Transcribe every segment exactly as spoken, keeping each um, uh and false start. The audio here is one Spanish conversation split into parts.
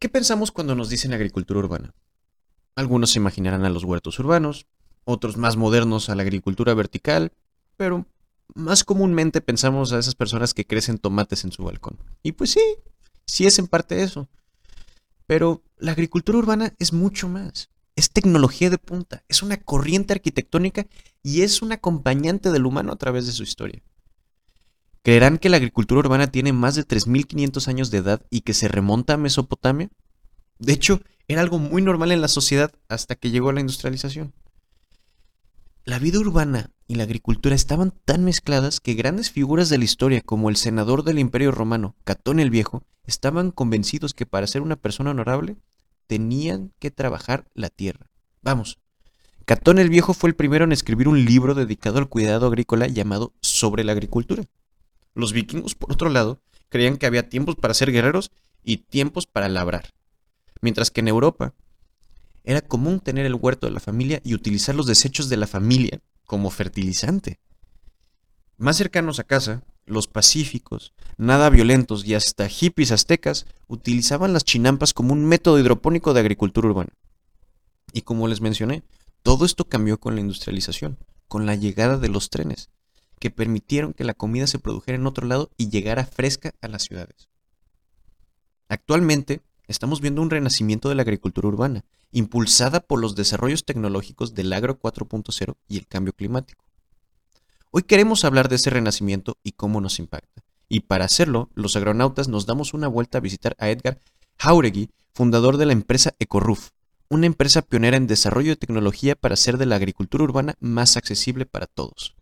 ¿Qué pensamos cuando nos dicen agricultura urbana? Algunos se imaginarán a los huertos urbanos, otros más modernos a la agricultura vertical, pero más comúnmente pensamos a esas personas que crecen tomates en su balcón. Y pues sí, sí es en parte eso. Pero la agricultura urbana es mucho más. Es tecnología de punta, es una corriente arquitectónica y es un acompañante del humano a través de su historia. ¿Creerán que la agricultura urbana tiene más de tres mil quinientos años de edad y que se remonta a Mesopotamia? De hecho, era algo muy normal en la sociedad hasta que llegó la industrialización. La vida urbana y la agricultura estaban tan mezcladas que grandes figuras de la historia como el senador del Imperio Romano, Catón el Viejo, estaban convencidos que para ser una persona honorable tenían que trabajar la tierra. Vamos, Catón el Viejo fue el primero en escribir un libro dedicado al cuidado agrícola llamado Sobre la agricultura. Los vikingos, por otro lado, creían que había tiempos para ser guerreros y tiempos para labrar. Mientras que en Europa era común tener el huerto de la familia y utilizar los desechos de la familia como fertilizante. Más cercanos a casa, los pacíficos, nada violentos y hasta hippies aztecas utilizaban las chinampas como un método hidropónico de agricultura urbana. Y como les mencioné, todo esto cambió con la industrialización, con la llegada de los trenes, que permitieron que la comida se produjera en otro lado y llegara fresca a las ciudades. Actualmente, estamos viendo un renacimiento de la agricultura urbana, impulsada por los desarrollos tecnológicos del agro cuatro punto cero y el cambio climático. Hoy queremos hablar de ese renacimiento y cómo nos impacta. Y para hacerlo, los agronautas nos damos una vuelta a visitar a Edgar Jauregui, fundador de la empresa Ecorruf, una empresa pionera en desarrollo de tecnología para hacer de la agricultura urbana más accesible para todos.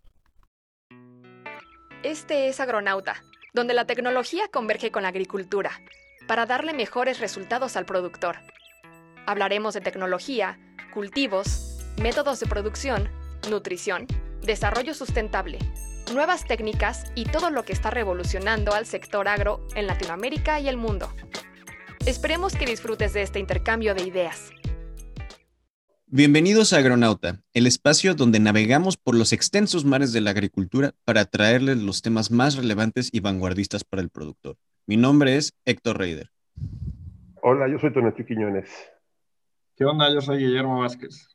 Este es Agronauta, donde la tecnología converge con la agricultura, para darle mejores resultados al productor. Hablaremos de tecnología, cultivos, métodos de producción, nutrición, desarrollo sustentable, nuevas técnicas y todo lo que está revolucionando al sector agro en Latinoamérica y el mundo. Esperemos que disfrutes de este intercambio de ideas. Bienvenidos a Agronauta, el espacio donde navegamos por los extensos mares de la agricultura para traerles los temas más relevantes y vanguardistas para el productor. Mi nombre es Héctor Reider. Hola, yo soy Tonatiuh Quiñones. ¿Qué onda? Yo soy Guillermo Vázquez.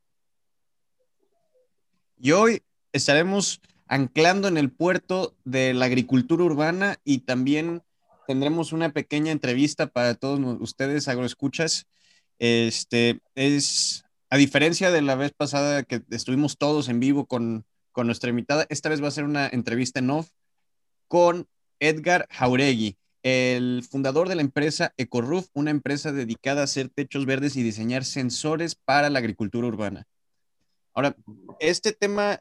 Y hoy estaremos anclando en el puerto de la agricultura urbana y también tendremos una pequeña entrevista para todos ustedes agroescuchas. Este es, a diferencia de la vez pasada que estuvimos todos en vivo con, con nuestra invitada, esta vez va a ser una entrevista en off con Edgar Jauregui, el fundador de la empresa Ecorruf, una empresa dedicada a hacer techos verdes y diseñar sensores para la agricultura urbana. Ahora, este tema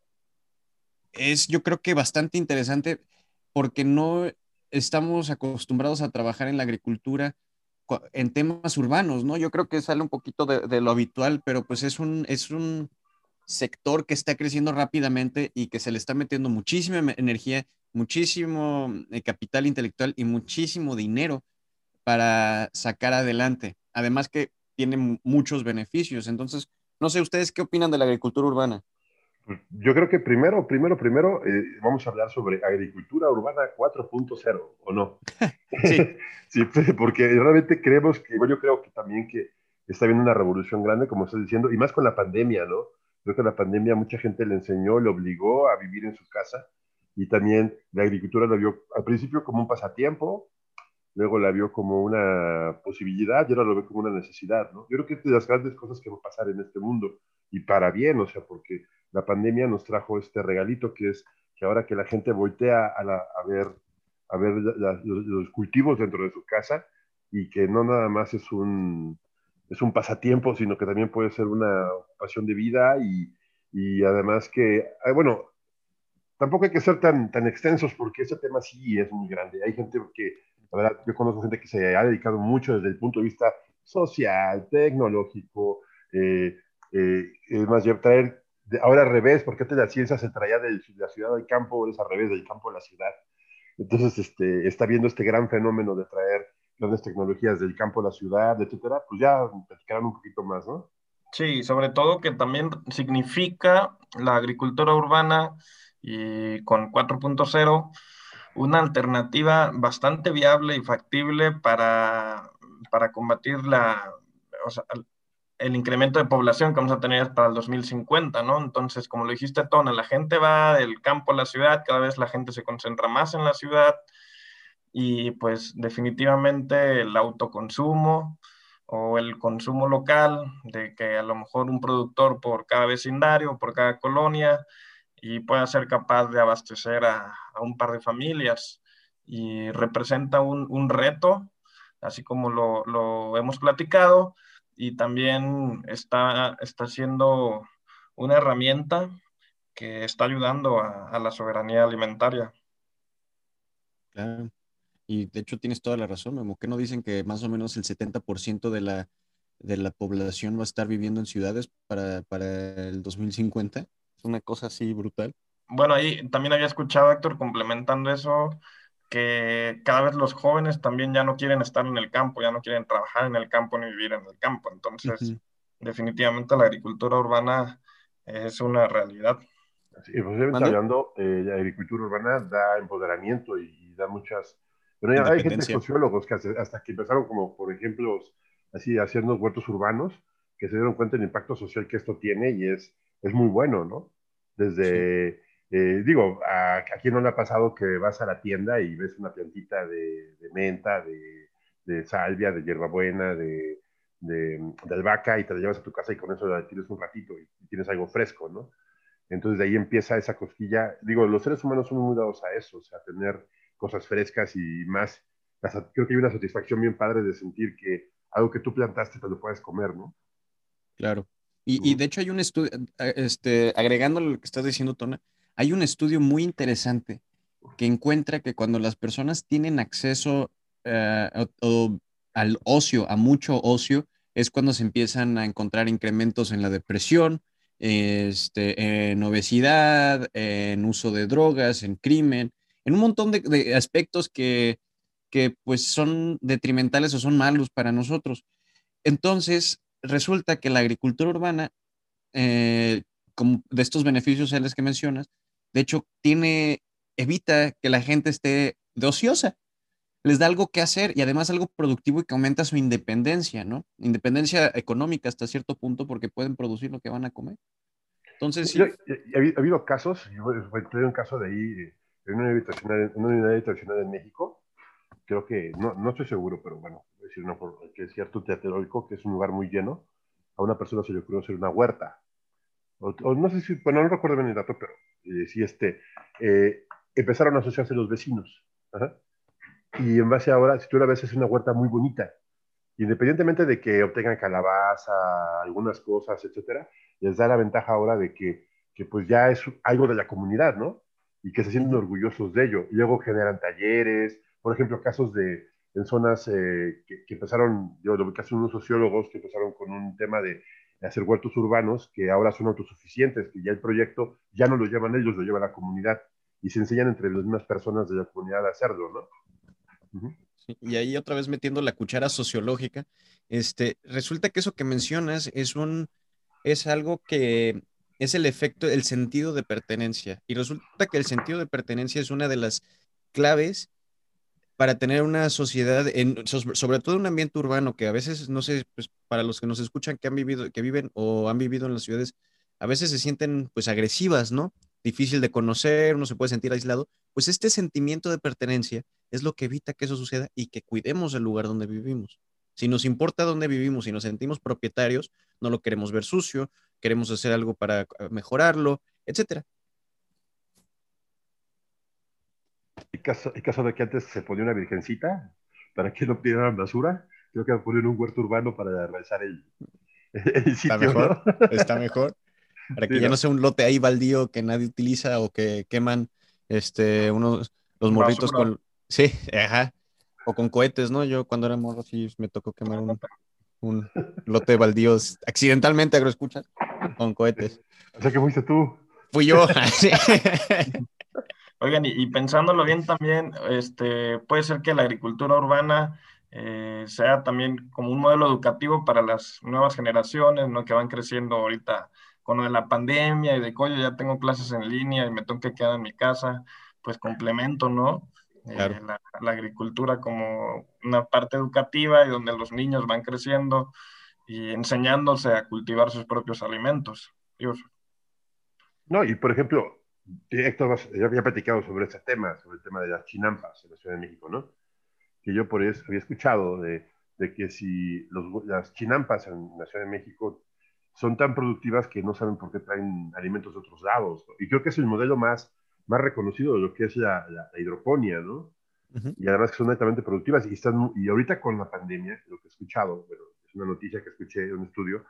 es yo creo que bastante interesante porque no estamos acostumbrados a trabajar en la agricultura en temas urbanos, ¿no? Yo creo que sale un poquito de, de lo habitual, pero pues es un, es un sector que está creciendo rápidamente y que se le está metiendo muchísima energía, muchísimo eh, capital intelectual y muchísimo dinero para sacar adelante. Además que tiene muchos beneficios. Entonces, no sé, ¿ustedes qué opinan de la agricultura urbana? Pues yo creo que primero, primero, primero eh, vamos a hablar sobre agricultura urbana cuatro punto cero, ¿o no? Sí. Sí, porque realmente creemos que, bueno, yo creo que también que está habiendo una revolución grande, como estás diciendo, y más con la pandemia, ¿no? Creo que la pandemia mucha gente le enseñó, le obligó a vivir en su casa, y también la agricultura la vio al principio como un pasatiempo, luego la vio como una posibilidad y ahora lo ve como una necesidad, ¿no? Yo creo que es de las grandes cosas que va a pasar en este mundo y para bien, o sea, porque la pandemia nos trajo este regalito que es que ahora que la gente voltea a, la, a ver, a ver la, los, los, cultivos dentro de su casa y que no nada más es un, es un pasatiempo, sino que también puede ser una pasión de vida y, y además que, bueno, tampoco hay que ser tan, tan extensos porque ese tema sí es muy grande. Hay gente que, la verdad, yo conozco gente que se ha dedicado mucho desde el punto de vista social, tecnológico, eh, eh, es más, ya traer, de, ahora al revés, porque antes la ciencia se traía de la ciudad al campo, ahora es al revés, del campo a la ciudad. Entonces, este, está viendo este gran fenómeno de traer grandes tecnologías del campo a la ciudad, etcétera, pues ya platicarán un poquito más, ¿no? Sí, sobre todo que también significa la agricultura urbana y con cuatro punto cero una alternativa bastante viable y factible para para combatir la, o sea, el incremento de población que vamos a tener para el dos mil cincuenta, ¿no? Entonces, como lo dijiste, Tona, la gente va del campo a la ciudad, cada vez la gente se concentra más en la ciudad y pues definitivamente el autoconsumo o el consumo local, de que a lo mejor un productor por cada vecindario, por cada colonia, y pueda ser capaz de abastecer a, a un par de familias y representa un, un reto, así como lo, lo hemos platicado, y también está, está siendo una herramienta que está ayudando a, a la soberanía alimentaria. Claro. Y de hecho tienes toda la razón, Memo. ¿Qué no dicen que más o menos el setenta por ciento de la, de la población va a estar viviendo en ciudades para, para el dos mil cincuenta? Es una cosa así brutal. Bueno, ahí también había escuchado, Héctor, complementando eso, que cada vez los jóvenes también ya no quieren estar en el campo, ya no quieren trabajar en el campo ni vivir en el campo. Entonces, Ujú. definitivamente la agricultura urbana es una realidad. Sí, posiblemente ¿Mande? hablando, eh, la agricultura urbana da empoderamiento y, y da muchas... Pero ya hay gente, Independencia. sociólogos, que hace- hasta que empezaron como, por ejemplo, así haciendo huertos urbanos, que se dieron cuenta del impacto social que esto tiene y es, es muy bueno, ¿no? Sí, Desde, eh, digo, a, a quién no le ha pasado que vas a la tienda y ves una plantita de, de menta, de, de salvia, de hierbabuena, de, de, de albahaca y te la llevas a tu casa y con eso la tienes un ratito y tienes algo fresco, ¿no? Entonces de ahí empieza esa cosquilla. Digo, los seres humanos somos muy dados a eso, o sea, a tener cosas frescas y más. Creo que hay una satisfacción bien padre de sentir que algo que tú plantaste te lo puedes comer, ¿no? claro. Y, y Uh de hecho hay un estudio, eh, este, agregando lo que estás diciendo, Tona, hay un estudio muy interesante que encuentra que cuando las personas tienen acceso eh, o- o al ocio, a mucho ocio, es cuando se empiezan a encontrar incrementos en la depresión, este, en obesidad, en uso de drogas, en crimen, en un montón de, de aspectos que, que pues son detrimentales o son malos para nosotros. Entonces, resulta que la agricultura urbana, eh, como de estos beneficios sociales que mencionas, de hecho, tiene, evita que la gente esté de ociosa, les da algo que hacer y además algo productivo y que aumenta su independencia, ¿no? Independencia económica hasta cierto punto porque pueden producir lo que van a comer. Entonces, Yo, sí, yo- ha, habido, ha habido casos, yo tuve un caso de ahí, eh, en una habitacional, en una unidad habitacional en México, creo que, no, no estoy seguro, pero bueno, voy a decir una, por- que es cierto teatrológico, que es un lugar muy lleno, a una persona se le ocurrió hacer una huerta. O, o no sé si, bueno, no recuerdo bien el dato, pero eh, sí, este, eh, empezaron a asociarse los vecinos. Ajá. Y en base ahora, si tú la ves, es una huerta muy bonita. Independientemente de que obtengan calabaza, algunas cosas, etcétera, les da la ventaja ahora de que, que pues ya es algo de la comunidad, ¿no? Y que se sienten ujú, orgullosos de ello. Y luego generan talleres, por ejemplo, casos de en zonas eh, que, que, empezaron, yo lo vi que hacen unos sociólogos que empezaron con un tema de, de hacer huertos urbanos que ahora son autosuficientes, que ya el proyecto ya no lo llevan ellos, lo lleva la comunidad y se enseñan entre las mismas personas de la comunidad a hacerlo, ¿no? Uh -huh. sí. Y ahí otra vez metiendo la cuchara sociológica, este, resulta que eso que mencionas es un, es algo que es el efecto, el sentido de pertenencia. Y resulta que el sentido de pertenencia es una de las claves para tener una sociedad, en, so- sobre todo en un ambiente urbano, que a veces, no sé, pues para los que nos escuchan que han vivido, que viven o han vivido en las ciudades, a veces se sienten pues agresivas, ¿no? Difícil de conocer, uno se puede sentir aislado. Pues este sentimiento de pertenencia es lo que evita que eso suceda y que cuidemos el lugar donde vivimos. Si nos importa dónde vivimos y nos sentimos propietarios, no lo queremos ver sucio, queremos hacer algo para eh, mejorarlo, etcétera. El caso, el caso de que antes se ponía una virgencita para que no tiraran basura, creo que ponen un huerto urbano para realizar el, el Está sitio, mejor, ¿no? está mejor. Para que Sí, ya no ¿no? sea un lote ahí baldío que nadie utiliza o que queman este unos los morritos Basura. con sí, ajá, o con cohetes, ¿no? Yo cuando era morro sí me tocó quemar un, un lote de baldíos accidentalmente, agroescuchas, con cohetes. O sea que fuiste tú. Fui yo. Así. Oigan, y, y pensándolo bien también, este, puede ser que la agricultura urbana eh, sea también como un modelo educativo para las nuevas generaciones, ¿no? Que van creciendo ahorita con lo de la pandemia y de que, oye, ya tengo clases en línea y me tengo que quedar en mi casa, pues complemento, ¿no? eh, Claro. la, la agricultura como una parte educativa y donde los niños van creciendo y enseñándose a cultivar sus propios alimentos. Digo, No, y por ejemplo, Héctor, vas- ya había platicado sobre ese tema, sobre el tema de las chinampas en la Ciudad de México, ¿no? Que yo por eso había escuchado de, de que si los, las chinampas en la Ciudad de México son tan productivas que no saben por qué traen alimentos de otros lados, ¿no? Y creo que es el modelo más, más reconocido de lo que es la, la, la hidroponía, ¿no? Ujú. Y además que son netamente productivas y están, y ahorita con la pandemia, lo que he escuchado, pero es una noticia que escuché en un estudio,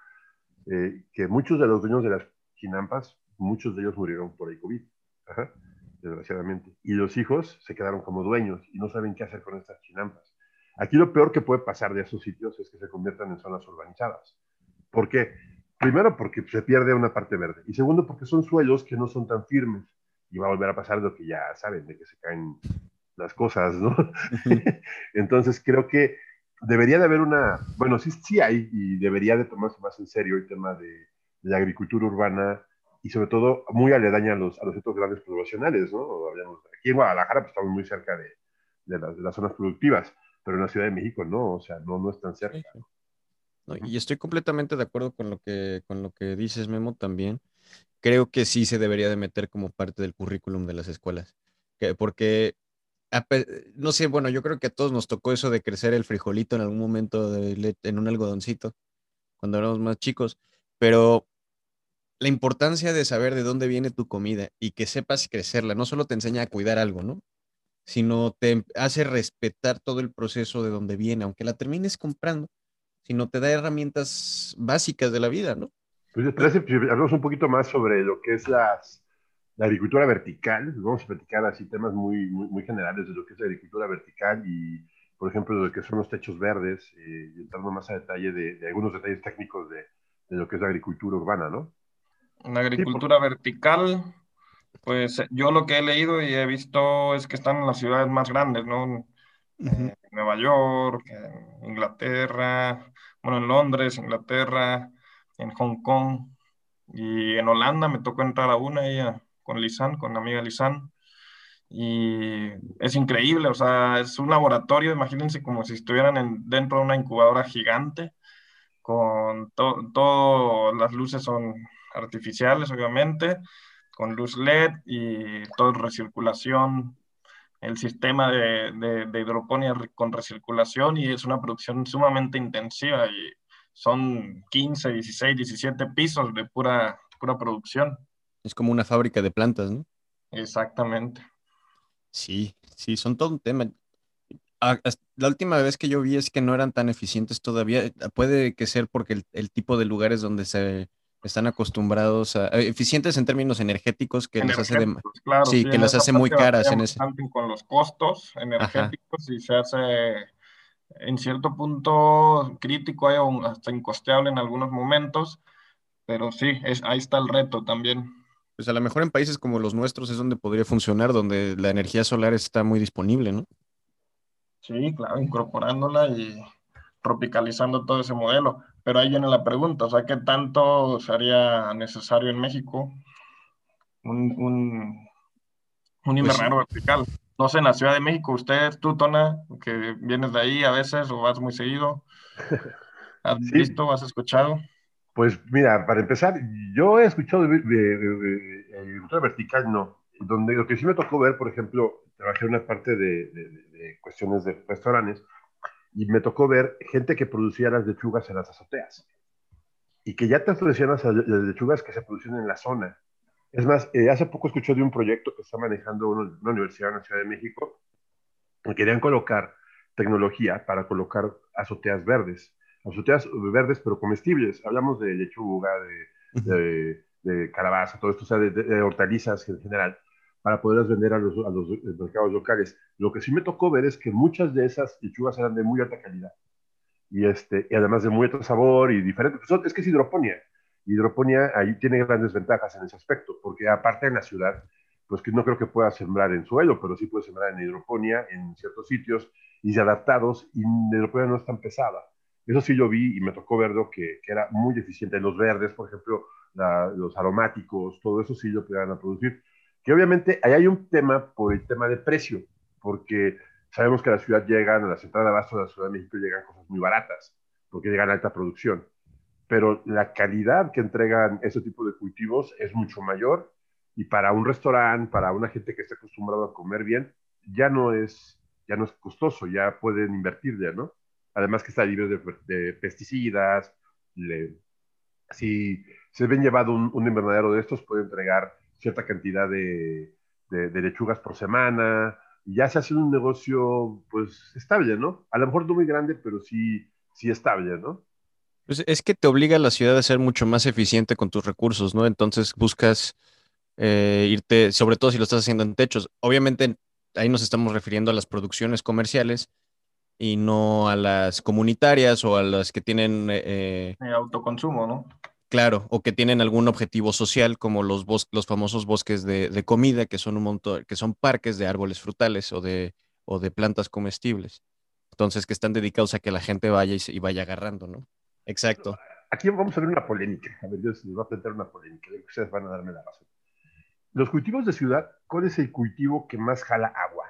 eh, que muchos de los dueños de las chinampas, muchos de ellos murieron por el COVID, ajá, desgraciadamente. Y los hijos se quedaron como dueños y no saben qué hacer con estas chinampas. Aquí lo peor que puede pasar de esos sitios es que se conviertan en zonas urbanizadas. ¿Por qué? Primero porque se pierde una parte verde y segundo porque son suelos que no son tan firmes y va a volver a pasar lo que ya saben, de que se caen las cosas, ¿no? Ujú. Entonces creo que debería de haber una, bueno, sí, sí hay y debería de tomarse más en serio el tema de, de la agricultura urbana y sobre todo muy aledaña a los, a los centros grandes poblacionales, ¿no? Hablamos, aquí en Guadalajara pues, estamos muy cerca de, de, las, de, las, zonas productivas, pero en la Ciudad de México no, o sea, no, no es tan Sí, cerca. sí. No, Uh -huh. y estoy completamente de acuerdo con lo que, con lo que dices, Memo, también. Creo que sí se debería de meter como parte del currículum de las escuelas. Que, porque, a pe- no sé, bueno, yo creo que a todos nos tocó eso de crecer el frijolito en algún momento de le- en un algodoncito, cuando éramos más chicos. Pero la importancia de saber de dónde viene tu comida y que sepas crecerla, no solo te enseña a cuidar algo, ¿no? Sino te hace respetar todo el proceso de dónde viene, aunque la termines comprando, sino te da herramientas básicas de la vida, ¿no? Pues les Y parece que hablamos un poquito más sobre lo que es las, la agricultura vertical. Vamos a platicar así temas muy, muy, muy generales de lo que es la agricultura vertical y, por ejemplo, de lo que son los techos verdes, eh, y entrando más a detalle de, de algunos detalles técnicos de, de, lo que es la agricultura urbana, ¿no? en la Sí, por, agricultura vertical, pues eh, yo lo que he leído y he visto es que están en las ciudades más grandes, ¿no? ujú. Eh, Nueva York, en Inglaterra, bueno, en Londres, Inglaterra, en Hong Kong y en Holanda me tocó entrar a una ella con Lisan, con la amiga Lisan. Y es increíble, o sea, es un laboratorio, imagínense como si estuvieran en- dentro de una incubadora gigante, con to- todo, las luces son artificiales, obviamente, con luz L E D y todo es recirculación, el sistema de, de, de hidroponía re- con recirculación y es una producción sumamente intensiva y son quince dieciséis diecisiete pisos de pura, pura producción. Es como una fábrica de plantas, ¿no? Exactamente. Sí, sí, son todo un tema. Ah, has- la última vez que yo vi es que no eran tan eficientes todavía. Eh, Puede que ser porque el, el tipo de lugares donde se están acostumbrados a, eh, eficientes en términos energéticos que las hace de, Energéticos, claro, sí, sí, que en las esa hace muy parte caras en batallamos ese. bastante con los costos Ajá. energéticos y se hace en cierto punto crítico, hay un- hasta incosteable en algunos momentos, pero sí, es, ahí está el reto también. Pues a lo mejor en países como los nuestros es donde podría funcionar, donde la energía solar está muy disponible, ¿no? Sí, claro, incorporándola y tropicalizando todo ese modelo. Pero ahí viene la pregunta, o sea, ¿qué tanto sería necesario en México un, un, un Pues sí, invernadero vertical? No sé, en la Ciudad de México, usted, tú, Tona, que vienes de ahí a veces o vas muy seguido, ¿has sí, visto, has escuchado? pues mira, para empezar, yo he escuchado de, de, de, de agricultura vertical, no. Donde lo que sí me tocó ver, por ejemplo, trabajé en una parte de, de, de cuestiones de restaurantes y me tocó ver gente que producía las lechugas en las azoteas y que ya te ofrecían las, las lechugas que se producían en la zona. Es más, eh, hace poco escuché de un proyecto que está manejando una, una universidad en la Ciudad de México, que querían colocar tecnología para colocar azoteas verdes, azoteas verdes pero comestibles. Hablamos de lechuga, de, ujú. de, de calabaza, todo esto, o sea, de, de, hortalizas en general, para poderlas vender a los, a los mercados locales. Lo que sí me tocó ver es que muchas de esas lechugas eran de muy alta calidad y, este, y además de muy otro sabor y diferente. Pues es que es hidroponía. Hidroponía ahí tiene grandes ventajas en ese aspecto, porque aparte en la ciudad, pues que no creo que pueda sembrar en suelo, pero sí puede sembrar en hidroponía en ciertos sitios y adaptados, y la hidroponía no es tan pesada. Eso sí lo vi y me tocó verlo que, que era muy eficiente. Los verdes, por ejemplo, la, los aromáticos, todo eso sí lo podían producir. Que obviamente ahí hay un tema por el tema de precio, porque sabemos que a la ciudad llegan, a la central de abasto de la Ciudad de México llegan cosas muy baratas, porque llegan a alta producción, pero la calidad que entregan ese tipo de cultivos es mucho mayor y para un restaurante, para una gente que esté acostumbrado a comer bien, ya no es, ya no es costoso, ya pueden invertir ya, ¿no? Además que está libre de, de pesticidas, le, si se ven llevado un, un, invernadero de estos, puede entregar cierta cantidad de, de, de lechugas por semana, y ya se hace un negocio, pues, estable, ¿no? A lo mejor no muy grande, pero sí, sí estable, ¿no? Pues es que te obliga a la ciudad a ser mucho más eficiente con tus recursos, ¿no? Entonces buscas eh, irte, sobre todo si lo estás haciendo en techos. Obviamente ahí nos estamos refiriendo a las producciones comerciales y no a las comunitarias o a las que tienen, eh, Eh, autoconsumo, ¿no? claro, o que tienen algún objetivo social, como los bos- los famosos bosques de, de comida, que son un montón, que son parques de árboles frutales o de, o de plantas comestibles. Entonces, que están dedicados a que la gente vaya y, se- y vaya agarrando, ¿no? Exacto. Aquí vamos a ver una polémica. A ver, yo les voy a plantear una polémica. Ustedes van a darme la razón. Los cultivos de ciudad, ¿cuál es el cultivo que más jala agua?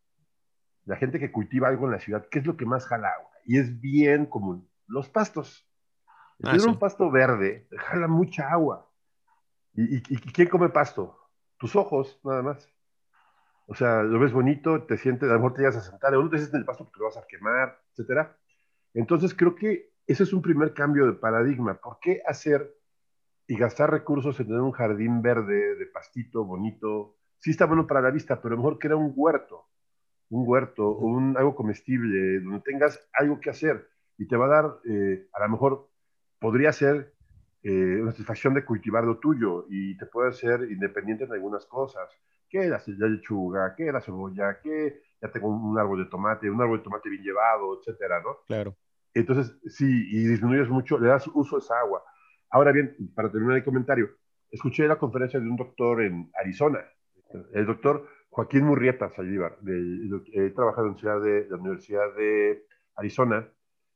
La gente que cultiva algo en la ciudad, ¿qué es lo que más jala agua? Y es bien común. Los pastos. El Ah, tener un sí. pasto verde jala mucha agua. ¿Y, y, y quién come pasto? Tus ojos, nada más. O sea, lo ves bonito, te sientes, a lo mejor te llegas a sentar, o no te sientes en el pasto porque lo vas a quemar, etcétera. Entonces creo que ese es un primer cambio de paradigma. ¿Por qué hacer y gastar recursos en tener un jardín verde, de pastito, bonito? Sí está bueno para la vista, pero mejor que era un huerto, un huerto, Ujú. un, algo comestible, donde tengas algo que hacer y te va a dar, eh, a lo mejor podría ser eh, una satisfacción de cultivar lo tuyo y te puede hacer independiente en algunas cosas. Que la, la lechuga, que la cebolla, que ya tengo un árbol de tomate, un árbol de tomate bien llevado, etcétera, ¿no? Claro. Entonces, sí, y disminuyes mucho, le das uso a esa agua. Ahora bien, para terminar el comentario, escuché la conferencia de un doctor en Arizona, el doctor Joaquín Murrieta Saldívar, de, de, trabajado en la, ciudad de, de la Universidad de Arizona,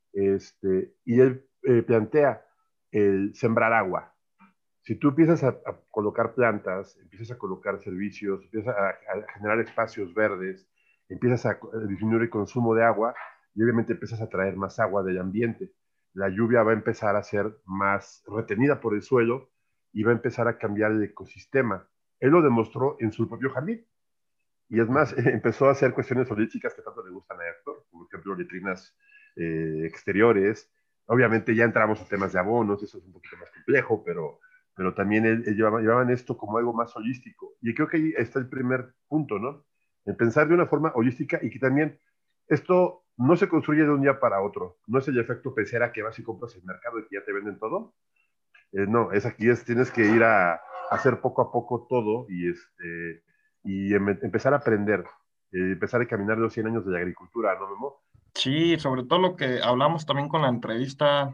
este, y él eh, plantea el sembrar agua. Si tú empiezas a, a, colocar plantas, empiezas a colocar servicios, empiezas a, a generar espacios verdes, empiezas a, a disminuir el consumo de agua y obviamente empiezas a traer más agua del ambiente. La lluvia va a empezar a ser más retenida por el suelo y va a empezar a cambiar el ecosistema. Él lo demostró en su propio jardín. Y es más, Ujú. empezó a hacer cuestiones holísticas que tanto le gustan a Héctor, por ejemplo, letrinas eh, exteriores. Obviamente ya entramos a temas de abonos, eso es un poquito más complejo, pero, pero también él, él llevaba, llevaban esto como algo más holístico. Y creo que ahí está el primer punto, ¿no? En pensar de una forma holística y que también esto no se construye de un día para otro. No es el efecto pecera que vas y compras en el mercado y que ya te venden todo. Eh, no, es aquí, es, tienes que ir a, a hacer poco a poco todo y, este, y em, empezar a aprender, eh, empezar a caminar los cien años de la agricultura, ¿no, Memo? Sí, sobre todo lo que hablamos también con la entrevista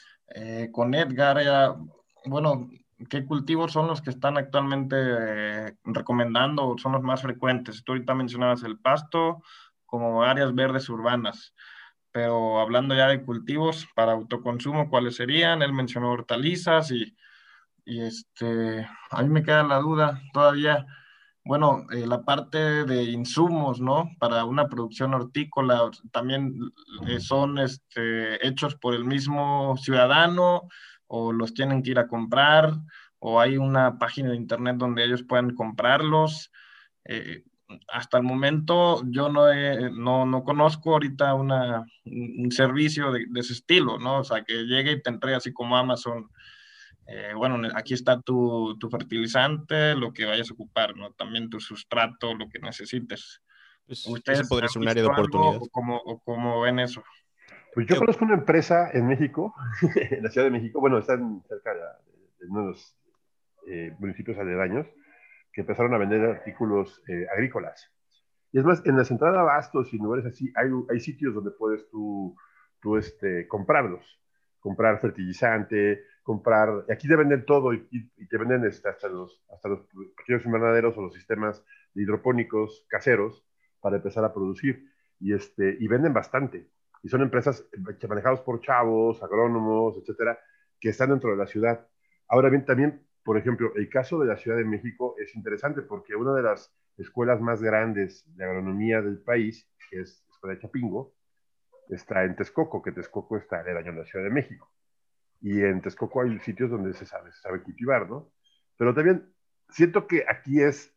eh, con Edgar, era, bueno, ¿qué cultivos son los que están actualmente eh, recomendando o son los más frecuentes? Tú ahorita mencionabas el pasto como áreas verdes urbanas, pero hablando ya de cultivos para autoconsumo, ¿cuáles serían? Él mencionó hortalizas y, y este, a mí me queda la duda todavía. Bueno, eh, la parte de insumos, ¿no? Para una producción hortícola también eh, son este, hechos por el mismo ciudadano o los tienen que ir a comprar o hay una página de internet donde ellos puedan comprarlos. Eh, Hasta el momento yo no, he- no, no conozco ahorita una, un un servicio de, de ese estilo, ¿no? O sea, que llegue y te entregue así como Amazon eh, bueno, aquí está tu, tu fertilizante, lo que vayas a ocupar, ¿no? También tu sustrato, lo que necesites. Pues ese ¿Ustedes podría han ser un área de visto algo oportunidad. o cómo, o cómo ven eso? Pues yo Digo, conozco una empresa en México, en la Ciudad de México, bueno, están cerca de, de uno de los eh, municipios aledaños, que empezaron a vender artículos eh, agrícolas. Y es más, en la central de abastos y lugares así, hay, hay sitios donde puedes tú, tú este, comprarlos. Comprar fertilizante, comprar. Y aquí te venden todo y, y te venden este, hasta, los, hasta los pequeños invernaderos o los sistemas de hidropónicos caseros para empezar a producir. Y, este, y venden bastante. Y son empresas manejadas por chavos, agrónomos, etcétera, que están dentro de la ciudad. Ahora bien, también por ejemplo, el caso de la Ciudad de México es interesante porque una de las escuelas más grandes de agronomía del país, que es la Escuela de Chapingo, está en Texcoco, que Texcoco está aledaño en la Ciudad de México. Y en Texcoco hay sitios donde se sabe, se sabe cultivar, ¿no? Pero también siento que aquí es,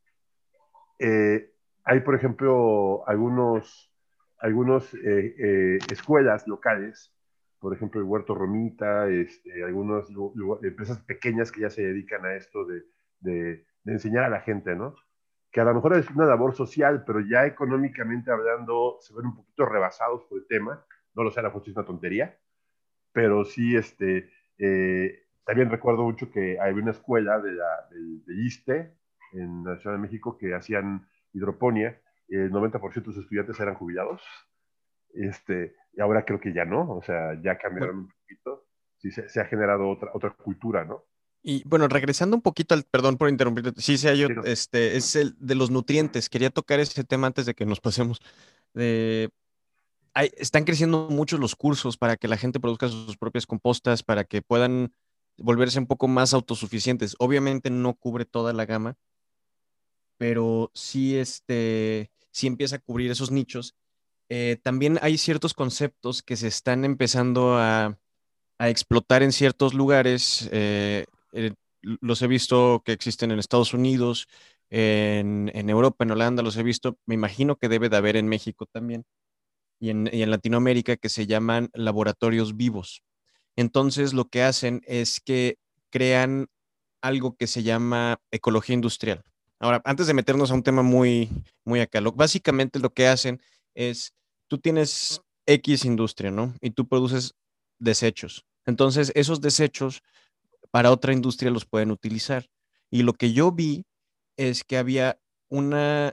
eh, hay por ejemplo algunos, algunos eh, eh, escuelas locales, por ejemplo el Huerto Romita, este, algunas empresas pequeñas que ya se dedican a esto de, de, de enseñar a la gente, ¿no? Que a lo mejor es una labor social, pero ya económicamente hablando se ven un poquito rebasados por el tema, no lo sé, a lo mejor es una tontería, pero sí, este, eh, también recuerdo mucho que había una escuela de la, del, del ISSSTE en la Ciudad de México que hacían hidroponía, y el noventa por ciento de sus estudiantes eran jubilados, este, y ahora creo que ya no, o sea, ya Bueno, cambiaron un poquito, sí se, se ha generado otra, otra cultura, ¿no? y bueno, regresando un poquito al, perdón por interrumpirte, sí, sé yo, Sí, no. este, es el de los nutrientes. Quería tocar ese tema antes de que nos pasemos. De, hay- están creciendo muchos los cursos para que la gente produzca sus propias compostas, para que puedan volverse un poco más autosuficientes. Obviamente no cubre toda la gama, pero sí, este, sí empieza a cubrir esos nichos. Eh, también hay ciertos conceptos que se están empezando a, a explotar en ciertos lugares. Eh, eh, los he visto que existen en Estados Unidos, en, en Europa, en Holanda, los he visto. Me imagino que debe de haber en México también y en, y en Latinoamérica, que se llaman laboratorios vivos. Entonces, lo que hacen es que crean algo que se llama ecología industrial. Ahora, antes de meternos a un tema muy, muy acá, lo- básicamente lo que hacen es, tú tienes X industria, ¿no? Y tú produces desechos. Entonces, esos desechos para otra industria los pueden utilizar. Y lo que yo vi es que había una,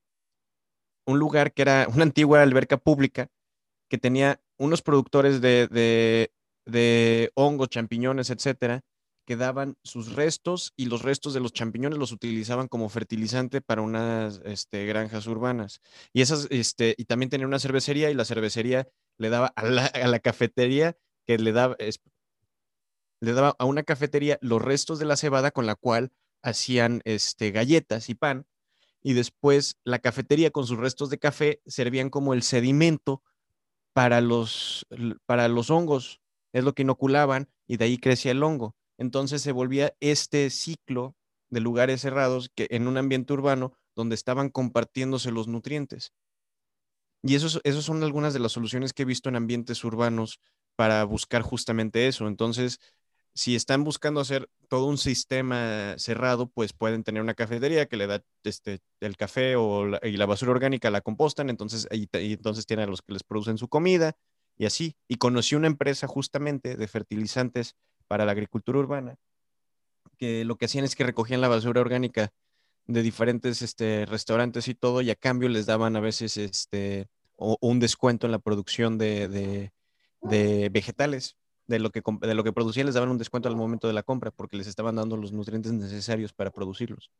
un lugar que era una antigua alberca pública que tenía unos productores de, de, de hongos, champiñones, etcétera, que daban sus restos y los restos de los champiñones los utilizaban como fertilizante para unas este, granjas urbanas. Y esas, este, y también tenía una cervecería y la cervecería le daba a la, a la cafetería que le daba, es- le daba a una cafetería los restos de la cebada con la cual hacían este, galletas y pan. Y después la cafetería con sus restos de café servían como el sedimento para los, para los hongos, es lo que inoculaban y de ahí crecía el hongo. Entonces se volvía este ciclo de lugares cerrados que en un ambiente urbano donde estaban compartiéndose los nutrientes. Y esos, esos son algunas de las soluciones que he visto en ambientes urbanos para buscar justamente eso. Entonces, si están buscando hacer todo un sistema cerrado, pues pueden tener una cafetería que le da este, el café o la, y la basura orgánica la compostan, entonces, y, y entonces tienen a los que les producen su comida y así. Y conocí una empresa justamente de fertilizantes para la agricultura urbana, que lo que hacían es que recogían la basura orgánica de diferentes este, restaurantes y todo, y a cambio les daban a veces este, o, o un descuento en la producción de, de, de vegetales. De lo, que, de lo que producían les daban un descuento al momento de la compra porque les estaban dando los nutrientes necesarios para producirlos.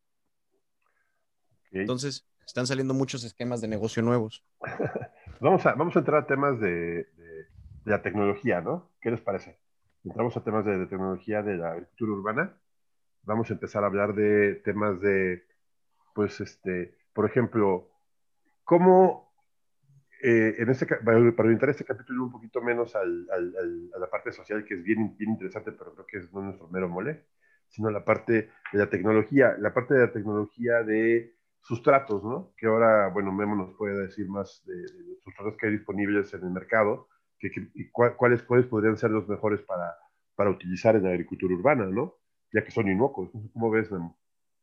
Okay. Entonces, están saliendo muchos esquemas de negocio nuevos. Vamos a, vamos a entrar a temas de, de, de la tecnología, ¿no? ¿Qué les parece? Entramos a temas de, de tecnología de la agricultura urbana. Vamos a empezar a hablar de temas de, pues, este, por ejemplo, cómo eh, en este, para, para orientar este capítulo un poquito menos al, al, al, a la parte social, que es bien, bien interesante, pero creo que es no nuestro mero mole, sino la parte de la tecnología, la parte de la tecnología de sustratos, ¿no? Que ahora, bueno, Memo nos puede decir más de, de los sustratos que hay disponibles en el mercado, que, que, y cuál, cuáles, cuáles podrían ser los mejores para, para utilizar en la agricultura urbana, ¿no? Ya que son inocuos. ¿Cómo ves, Memo?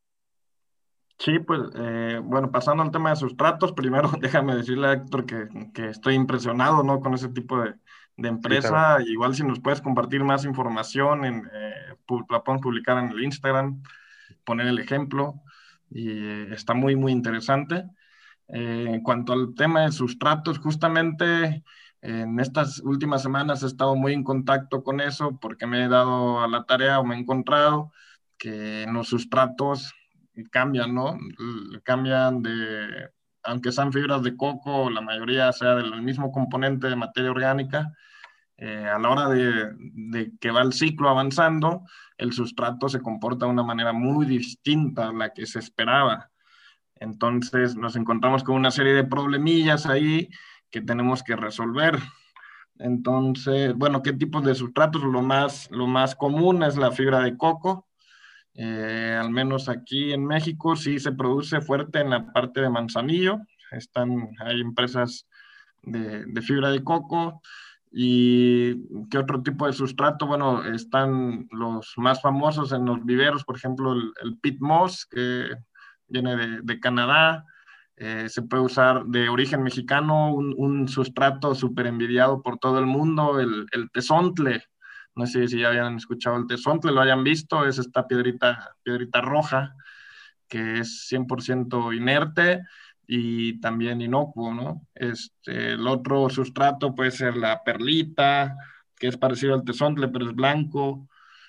Sí, pues eh, bueno, pasando al tema de sustratos, primero déjame decirle a Héctor que, que estoy impresionado, ¿no? Con ese tipo de, de Sí, claro. empresa. Igual si nos puedes compartir más información, en, eh, pu- la podemos publicar en el Instagram, poner el ejemplo, y eh, está muy, muy interesante. Eh, en cuanto al tema de sustratos, justamente en estas últimas semanas he estado muy en contacto con eso porque me he dado a la tarea o me he encontrado que en los sustratos cambian, ¿no? L- Cambian de, aunque sean fibras de coco, la mayoría sea del mismo componente de materia orgánica, Eh, a la hora de, de que va el ciclo avanzando, el sustrato se comporta de una manera muy distinta a la que se esperaba. Entonces nos encontramos con una serie de problemillas ahí que tenemos que resolver. Entonces, bueno, ¿qué tipos de sustratos? Lo más, lo más común es la fibra de coco. Eh, al menos aquí en México sí se produce fuerte en la parte de Manzanillo. Están, hay empresas de, de fibra de coco. ¿Y qué otro tipo de sustrato? Bueno, están los más famosos en los viveros, por ejemplo, el, el peat moss, que viene de, de Canadá. Eh, se puede usar de origen mexicano, un, un sustrato súper envidiado por todo el mundo, el, el tezontle. No sé si ya habían escuchado el tezontle, lo hayan visto, es esta piedrita, piedrita roja que es cien por ciento inerte y también inocuo, ¿no? Este, el otro sustrato puede ser la perlita, que es parecido al tezontle, pero es blanco,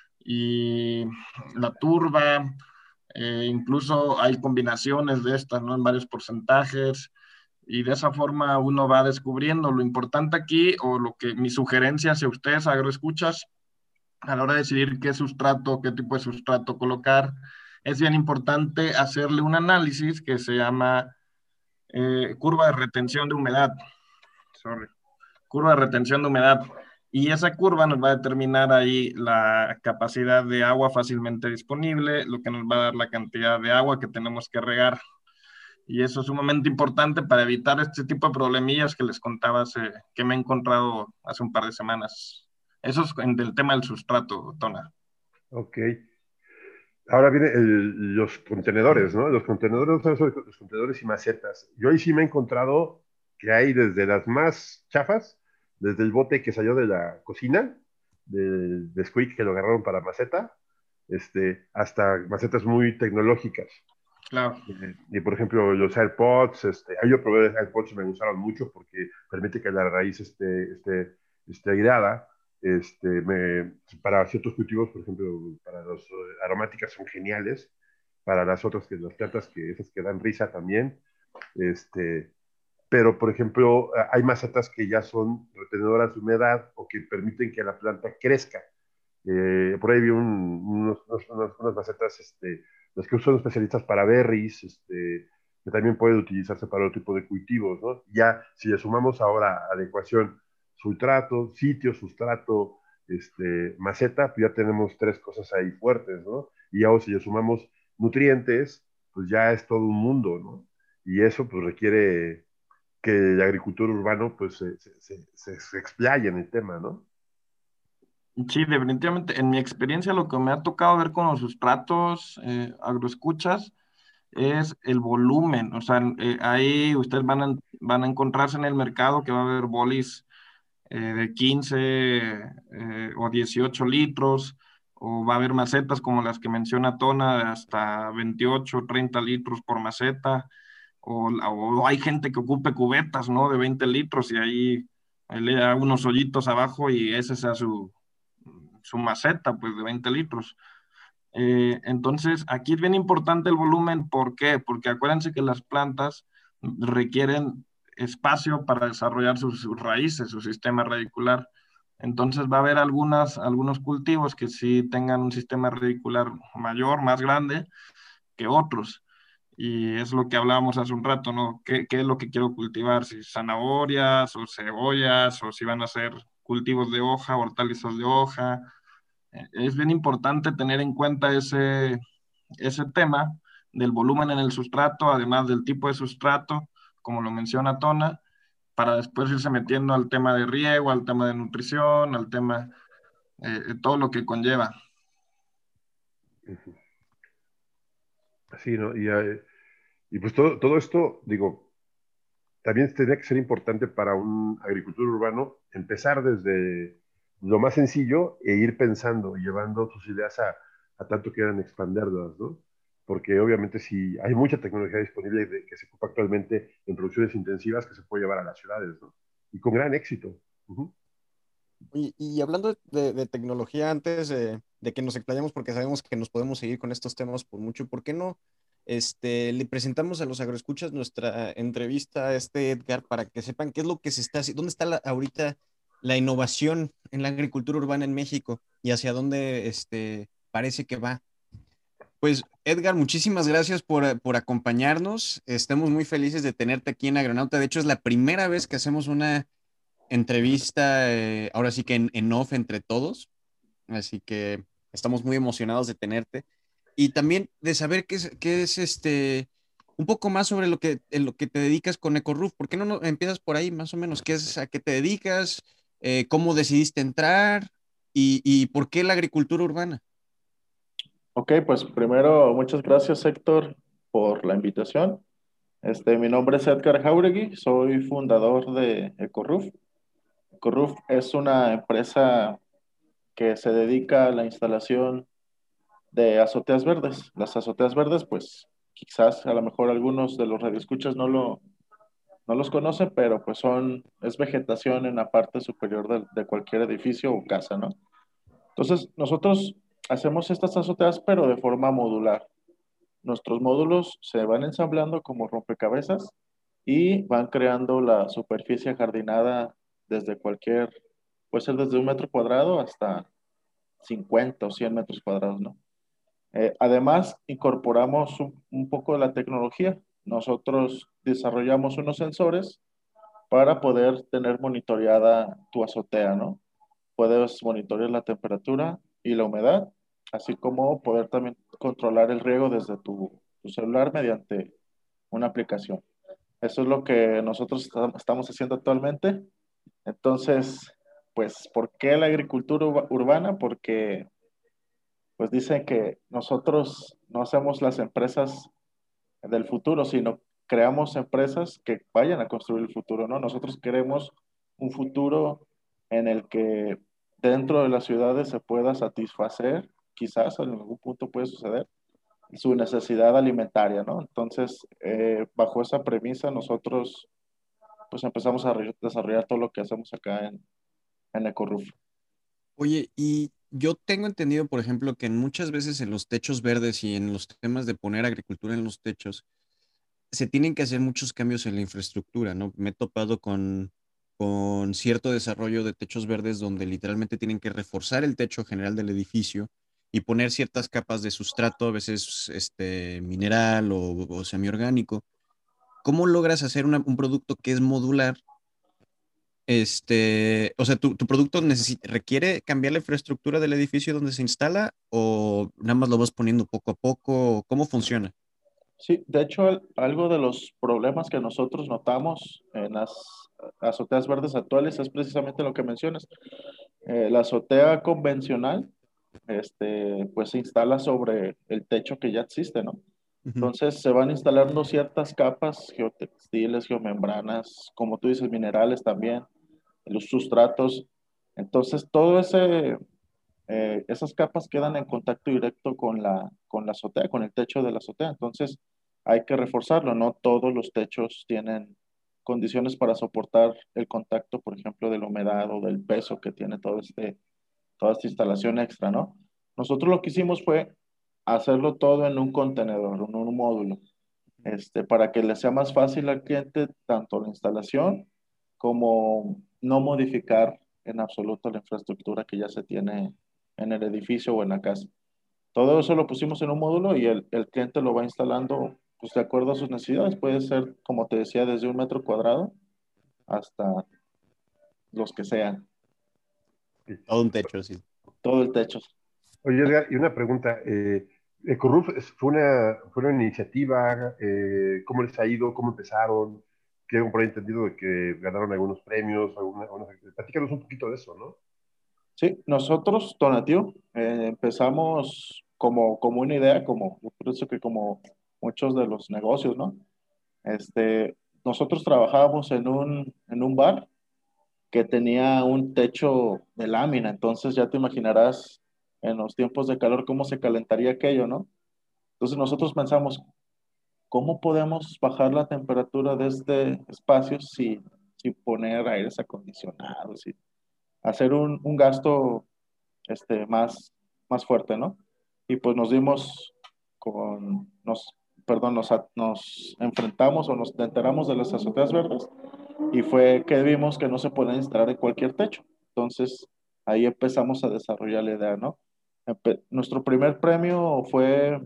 y la turba, eh, incluso hay combinaciones de estas, ¿no? En varios porcentajes, y de esa forma uno va descubriendo. Lo importante aquí, o lo que mi sugerencia hacia ustedes, agroescuchas, a la hora de decidir qué sustrato, qué tipo de sustrato colocar, es bien importante hacerle un análisis que se llama eh, curva de retención de humedad. Sorry. Curva de retención de humedad. Y esa curva nos va a determinar ahí la capacidad de agua fácilmente disponible, lo que nos va a dar la cantidad de agua que tenemos que regar. Y eso es sumamente importante para evitar este tipo de problemillas que les contaba hace, que me he encontrado hace un par de semanas. Eso es en el tema del sustrato, Tona. Ok. Ahora vienen el- los contenedores, ¿no? Los contenedores, los contenedores y macetas. Yo ahí sí me he encontrado que hay desde las más chafas, desde el bote que salió de la cocina, del de Squeak que lo agarraron para maceta, este, hasta macetas muy tecnológicas. Claro. Eh, Y por ejemplo, los AirPods, este, ahí yo probé los AirPods y me gustaron mucho porque permite que la raíz esté, esté, esté airada. Este, me, para ciertos cultivos, por ejemplo, para las aromáticas son geniales. Para las otras, que las plantas que esas que dan risa también. Este, pero, por ejemplo, hay macetas que ya son retenedoras de humedad o que permiten que la planta crezca. Eh, por ahí vi un, unos, unos, unas macetas, este, las que usan especialistas para berries, este, que también pueden utilizarse para otro tipo de cultivos, ¿no? Ya, si le sumamos ahora adecuación, sustrato, sitio, sustrato, este, maceta, pues ya tenemos tres cosas ahí fuertes, ¿no? Y ya si le sumamos nutrientes, pues ya es todo un mundo, ¿no? Y eso pues requiere que el agricultor urbano pues se, se, se, se, se explaye en el tema, ¿no? Sí, definitivamente. En mi experiencia, lo que me ha tocado ver con los sustratos eh, agroescuchas es el volumen. O sea, eh, ahí ustedes van a, van a encontrarse en el mercado que va a haber bolis eh, de quince eh, o dieciocho litros, o va a haber macetas como las que menciona Tona, de hasta veintiocho o treinta litros por maceta, o, o hay gente que ocupe cubetas, ¿no? De veinte litros y ahí, ahí le da unos hoyitos abajo y ese sea su, su maceta, pues de veinte litros. Eh, entonces, aquí es bien importante el volumen. ¿Por qué? Porque acuérdense que las plantas requieren espacio para desarrollar sus, sus raíces, su sistema radicular. Entonces va a haber algunas, algunos cultivos que sí tengan un sistema radicular mayor, más grande que otros. Y es lo que hablábamos hace un rato, ¿no? ¿Qué, qué es lo que quiero cultivar? Si zanahorias o cebollas, o si van a ser cultivos de hoja, hortalizas de hoja. Eh, Es bien importante tener en cuenta ese, ese tema del volumen en el sustrato, además del tipo de sustrato, como lo menciona Tona, para después irse metiendo al tema de riego, al tema de nutrición, al tema, eh, de todo lo que conlleva. Sí, ¿no? Y, eh, y pues todo, todo esto, digo, también tendría que ser importante para un agricultor urbano empezar desde lo más sencillo e ir pensando y llevando sus ideas a, a tanto quieran expanderlas, ¿no? Porque obviamente si hay mucha tecnología disponible de, que se ocupa actualmente en producciones intensivas que se puede llevar a las ciudades, ¿no? Y con gran éxito. Uh-huh. Y, y hablando de, de tecnología, antes de, de que nos explayamos, porque sabemos que nos podemos seguir con estos temas por mucho, ¿por qué no? Este, le presentamos a los agroescuchas nuestra entrevista a este Edgar para que sepan qué es lo que se está haciendo, dónde está la- ahorita la innovación en la agricultura urbana en México y hacia dónde este, parece que va. Pues Edgar, muchísimas gracias por, eh, por acompañarnos. Estamos muy felices de tenerte aquí en Agronauta. De hecho, es la primera vez que hacemos una entrevista, eh, ahora sí que en, en off entre todos. Así que estamos muy emocionados de tenerte y también de saber qué es, qué es este, un poco más sobre lo que, en lo que te dedicas con EcoRoof. ¿Por qué no, no empiezas por ahí más o menos? ¿Qué es, a qué te dedicas? Eh, ¿cómo decidiste entrar? Y, y por qué la agricultura urbana? Ok, pues primero, muchas gracias, Héctor, por la invitación. Este, mi nombre es Edgar Jauregui, soy fundador de EcoRoof. EcoRoof es una empresa que se dedica a la instalación de azoteas verdes. Las azoteas verdes, pues quizás a lo mejor algunos de los radioescuchas no lo, no los conocen, pero pues son, es vegetación en la parte superior de, de cualquier edificio o casa, ¿no? Entonces, nosotros hacemos estas azoteas, pero de forma modular. Nuestros módulos se van ensamblando como rompecabezas y van creando la superficie jardinada desde cualquier, puede ser desde un metro cuadrado hasta cincuenta o cien metros cuadrados, ¿no? Eh, además, incorporamos un, un poco de la tecnología. Nosotros desarrollamos unos sensores para poder tener monitoreada tu azotea, ¿no? Puedes monitorear la temperatura y la humedad, así como poder también controlar el riego desde tu, tu celular mediante una aplicación. Eso es lo que nosotros esta- estamos haciendo actualmente. Entonces, pues, ¿por qué la agricultura urba- urbana? Porque, pues, dicen que nosotros no hacemos las empresas del futuro, sino creamos empresas que vayan a construir el futuro, ¿no? Nosotros queremos un futuro en el que dentro de las ciudades se pueda satisfacer, quizás en algún punto puede suceder, su necesidad alimentaria, ¿no? Entonces, eh, bajo esa premisa, nosotros pues empezamos a re- desarrollar todo lo que hacemos acá en, en EcoRoof. Oye, y yo tengo entendido, por ejemplo, que muchas veces en los techos verdes y en los temas de poner agricultura en los techos, se tienen que hacer muchos cambios en la infraestructura, ¿no? Me he topado con, con cierto desarrollo de techos verdes donde literalmente tienen que reforzar el techo general del edificio y poner ciertas capas de sustrato, a veces este, mineral o, o semiorgánico. ¿Cómo logras hacer una- un producto que es modular? Este, o sea, ¿tu, tu producto necesi- requiere cambiar la infraestructura del edificio donde se instala o nada más lo vas poniendo poco a poco? ¿Cómo funciona? Sí, de hecho, al- algo de los problemas que nosotros notamos en las azoteas verdes actuales es precisamente lo que mencionas. Eh, la azotea convencional, este, pues se instala sobre el techo que ya existe, ¿no? Ujú. Entonces se van instalando ciertas capas geotextiles, geomembranas, como tú dices, minerales también, los sustratos. Entonces todo ese, eh, esas capas quedan en contacto directo con la, con la azotea, con el techo de la azotea. Entonces hay que reforzarlo, no todos los techos tienen condiciones para soportar el contacto, por ejemplo, de la humedad o del peso que tiene todo este, toda esta instalación extra, ¿no? Nosotros lo que hicimos fue hacerlo todo en un contenedor, en un módulo, este, para que le sea más fácil al cliente tanto la instalación como no modificar en absoluto la infraestructura que ya se tiene en el edificio o en la casa. Todo eso lo pusimos en un módulo y el, el cliente lo va instalando pues, de acuerdo a sus necesidades. Puede ser, como te decía, desde un metro cuadrado hasta los que sean, Todo un techo, sí. todo el techo. Oye, Edgar, y una pregunta. Eh, Ecorruf es- fue una, fue una iniciativa, eh, ¿cómo les ha ido? ¿Cómo empezaron? Tengo por ahí entendido de que ganaron algunos premios, alguna, algunas- platícanos un poquito de eso, ¿no? Sí, nosotros, Tonatiuh, eh, empezamos como, como una idea, como, por eso que como muchos de los negocios, ¿no? Este, nosotros trabajábamos en un, en un bar que tenía un techo de lámina, entonces ya te imaginarás en los tiempos de calor cómo se calentaría aquello, ¿no? Entonces nosotros pensamos, ¿cómo podemos bajar la temperatura de este espacio sin, sin poner aires acondicionados, sin hacer un, un gasto este, más, más fuerte, ¿no? Y pues nos dimos con, nos, perdón, nos, a- nos enfrentamos o nos enteramos de las azoteas verdes y fue que vimos que no se pueden instalar en cualquier techo. Entonces, ahí empezamos a desarrollar la idea, ¿no? Empe- nuestro primer premio fue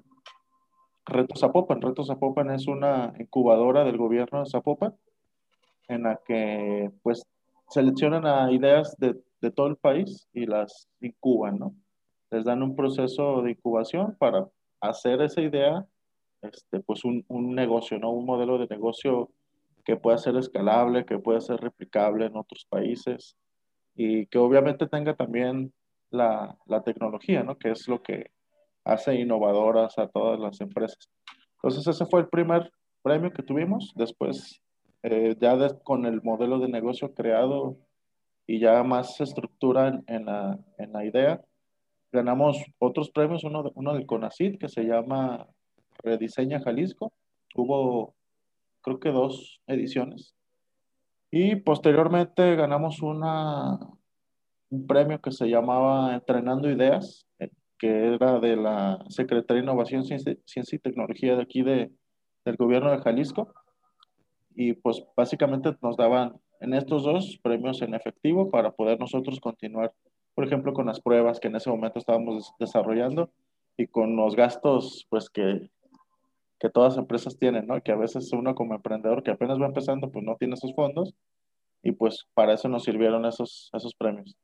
Reto Zapopan. Reto Zapopan es una incubadora del gobierno de Zapopan en la que pues seleccionan a ideas de, de todo el país y las incuban, ¿no? Les dan un proceso de incubación para hacer esa idea, este, pues un, un negocio, ¿no? Un modelo de negocio que pueda ser escalable, que pueda ser replicable en otros países y que obviamente tenga también la, la tecnología, ¿no? Que es lo que hace innovadoras a todas las empresas. Entonces ese fue el primer premio que tuvimos. Después, eh, ya des- con el modelo de negocio creado y ya más estructura en, en la, en la idea, ganamos otros premios, uno, de- uno del CONACYT que se llama Rediseña Jalisco. Hubo creo que dos ediciones. Y posteriormente ganamos una, un premio que se llamaba Entrenando Ideas, eh, que era de la Secretaría de Innovación, Ciencia, Ciencia y Tecnología de aquí de, del gobierno de Jalisco. Y pues básicamente nos daban en estos dos premios en efectivo para poder nosotros continuar, por ejemplo, con las pruebas que en ese momento estábamos des- desarrollando y con los gastos pues que, que todas las empresas tienen, ¿no? Que a veces uno como emprendedor que apenas va empezando pues no tiene esos fondos y pues para eso nos sirvieron esos, esos premios.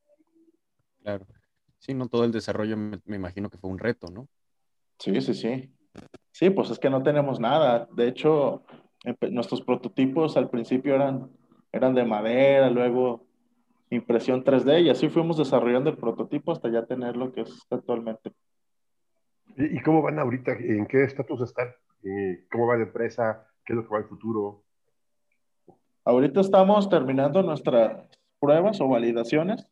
Claro. Sí, no todo el desarrollo me, me imagino que fue un reto, ¿no? Sí, sí, sí. Sí, pues es que no tenemos nada. De hecho, empe- nuestros prototipos al principio eran, eran de madera, luego impresión tres D y así fuimos desarrollando el prototipo hasta ya tener lo que es actualmente. ¿Y, y cómo van ahorita? ¿En qué estatus están? Eh, ¿Cómo va la empresa? ¿Qué es lo que va al futuro? Ahorita estamos terminando nuestras pruebas o validaciones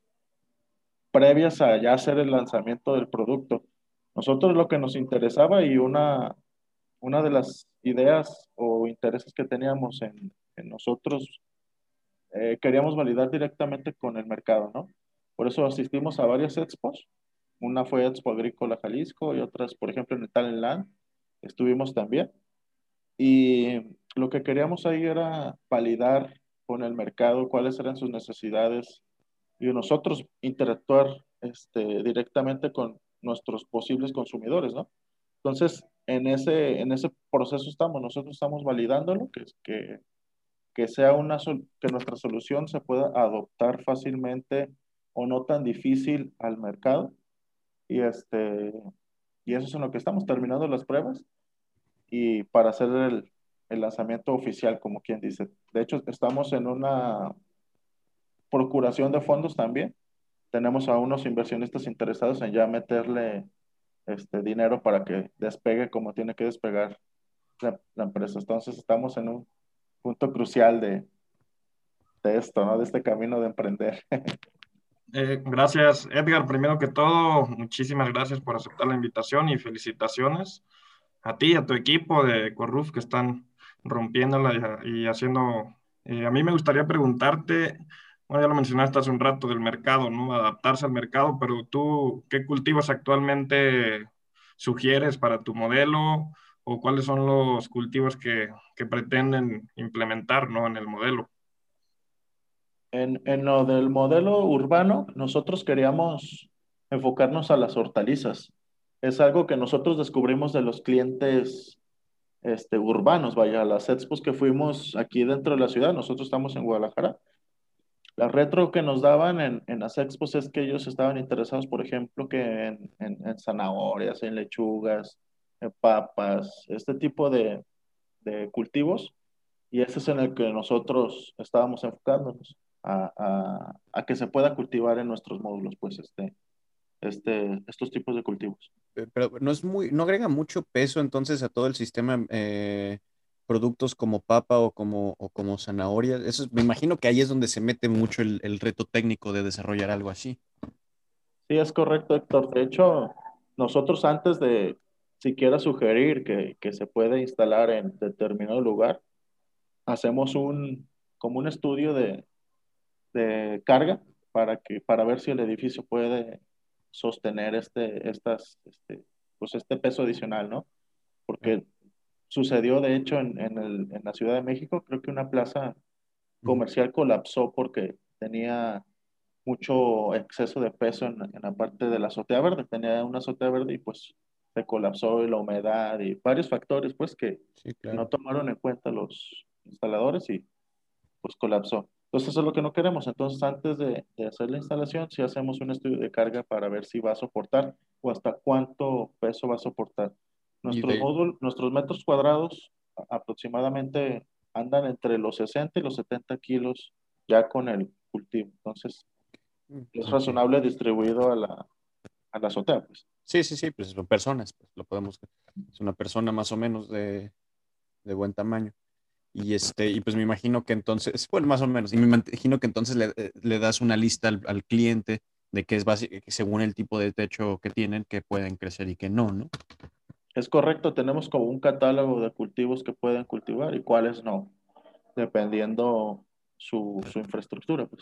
previas a ya hacer el lanzamiento del producto. Nosotros lo que nos interesaba y una, una de las ideas o intereses que teníamos en, en nosotros, eh, queríamos validar directamente con el mercado, ¿no? Por eso asistimos a varias expos. Una fue Expo Agrícola Jalisco y otras, por ejemplo, en el Talent Land. Estuvimos también. Y lo que queríamos ahí era validar con el mercado cuáles eran sus necesidades y nosotros interactuar este, directamente con nuestros posibles consumidores, ¿no? Entonces, en ese, en ese proceso estamos, nosotros estamos validándolo, que, que, que sea una, sol- que nuestra solución se pueda adoptar fácilmente o no tan difícil al mercado. Y, este, y eso es en lo que estamos terminando las pruebas y para hacer el, el lanzamiento oficial, como quien dice. De hecho, estamos en una procuración de fondos también. Tenemos a unos inversionistas interesados en ya meterle este dinero para que despegue como tiene que despegar la, la empresa. Entonces estamos en un punto crucial de, de esto, ¿no? De este camino de emprender. Eh, gracias, Edgar. Primero que todo, muchísimas gracias por aceptar la invitación y felicitaciones a ti y a tu equipo de Corruf que están rompiéndola y, y haciendo. Eh, a mí me gustaría preguntarte, bueno, ya lo mencionaste hace un rato del mercado, ¿no? Adaptarse al mercado, pero tú, ¿qué cultivos actualmente sugieres para tu modelo o cuáles son los cultivos que, que pretenden implementar, ¿no? En el modelo. En, en lo del modelo urbano, nosotros queríamos enfocarnos a las hortalizas. Es algo que nosotros descubrimos de los clientes este, urbanos, vaya, a las expos que fuimos aquí dentro de la ciudad, nosotros estamos en Guadalajara. La retro que nos daban en, en las expos es que ellos estaban interesados, por ejemplo, que en, en- en zanahorias, en lechugas, en papas, este tipo de, de cultivos, y ese es en el que nosotros estábamos enfocándonos, a, a- a que se pueda cultivar en nuestros módulos, pues, este, este, estos tipos de cultivos. Pe- Pero no es muy, no agrega mucho peso entonces a todo el sistema, eh, productos como papa o como, o como zanahoria. Eso es- me imagino que ahí es donde se mete mucho el, el reto técnico de desarrollar algo así. Sí, es correcto, Héctor. De hecho, nosotros antes de siquiera sugerir que, que se puede instalar en determinado lugar, hacemos un, como un estudio de, de carga para que, para ver si el edificio puede sostener este, estas, este, pues este peso adicional, ¿no? Claro. Porque sucedió, de hecho, en, en el- en la Ciudad de México, creo que una plaza Ujú. comercial colapsó porque tenía mucho exceso de peso en, en la parte de la azotea verde. Tenía una azotea verde y pues se colapsó y la humedad y varios factores pues que Sí, no claro. tomaron en cuenta los instaladores y pues colapsó. Entonces eso es lo que no queremos. Entonces antes de, de hacer la instalación, sí hacemos un estudio de carga para ver si va a soportar o hasta cuánto peso va a soportar. Y Nuestros de, módulos, nuestros metros cuadrados a- aproximadamente andan entre los sesenta y los setenta kilos ya con el cultivo. Entonces es ok. razonable distribuido a la, a la azotea, pues. Sí, sí, sí, pues son personas, pues lo podemos, es una persona más o menos de, de buen tamaño. Y este, y pues me imagino que entonces, bueno, más o menos, y me imagino que entonces le, eh, le das una lista al, al cliente de que es básico, según el tipo de techo que tienen, que pueden crecer y que no, ¿no? Es correcto, tenemos como un catálogo de cultivos que pueden cultivar y cuáles no, dependiendo su, su infraestructura, pues.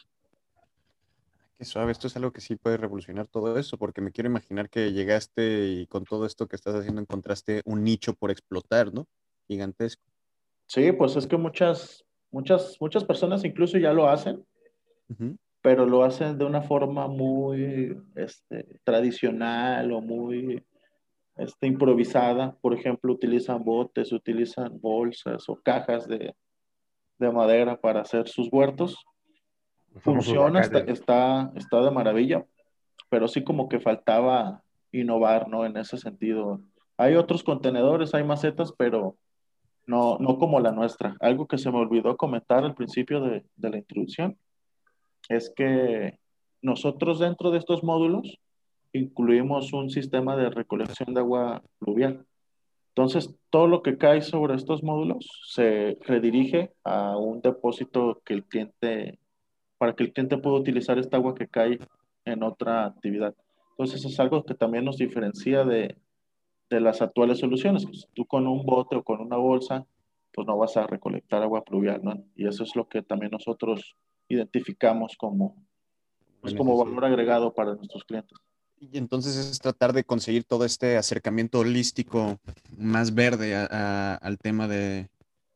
Qué suave, esto es algo que sí puede revolucionar todo eso, porque me quiero imaginar que llegaste y con todo esto que estás haciendo encontraste un nicho por explotar, ¿no? Gigantesco. Sí, pues es que muchas, muchas, muchas personas incluso ya lo hacen, Ujú. pero lo hacen de una forma muy este, tradicional o muy este, improvisada. Por ejemplo, utilizan botes, utilizan bolsas o cajas de, de madera para hacer sus huertos. Los famosos Funciona, está, guacares. está, está de maravilla, pero sí como que faltaba innovar, ¿no? En ese sentido. Hay otros contenedores, hay macetas, pero no, no como la nuestra. Algo que se me olvidó comentar al principio de, de la introducción es que nosotros dentro de estos módulos incluimos un sistema de recolección de agua pluvial. Entonces, todo lo que cae sobre estos módulos se redirige a un depósito que el cliente, para que el cliente pueda utilizar esta agua que cae en otra actividad. Entonces, es algo que también nos diferencia de, de las actuales soluciones. Pues, tú con un bote o con una bolsa, pues no vas a recolectar agua pluvial, ¿no? Y eso es lo que también nosotros identificamos como, La pues, como necesidad. valor agregado para nuestros clientes. Y entonces es tratar de conseguir todo este acercamiento holístico más verde a- a- al tema de,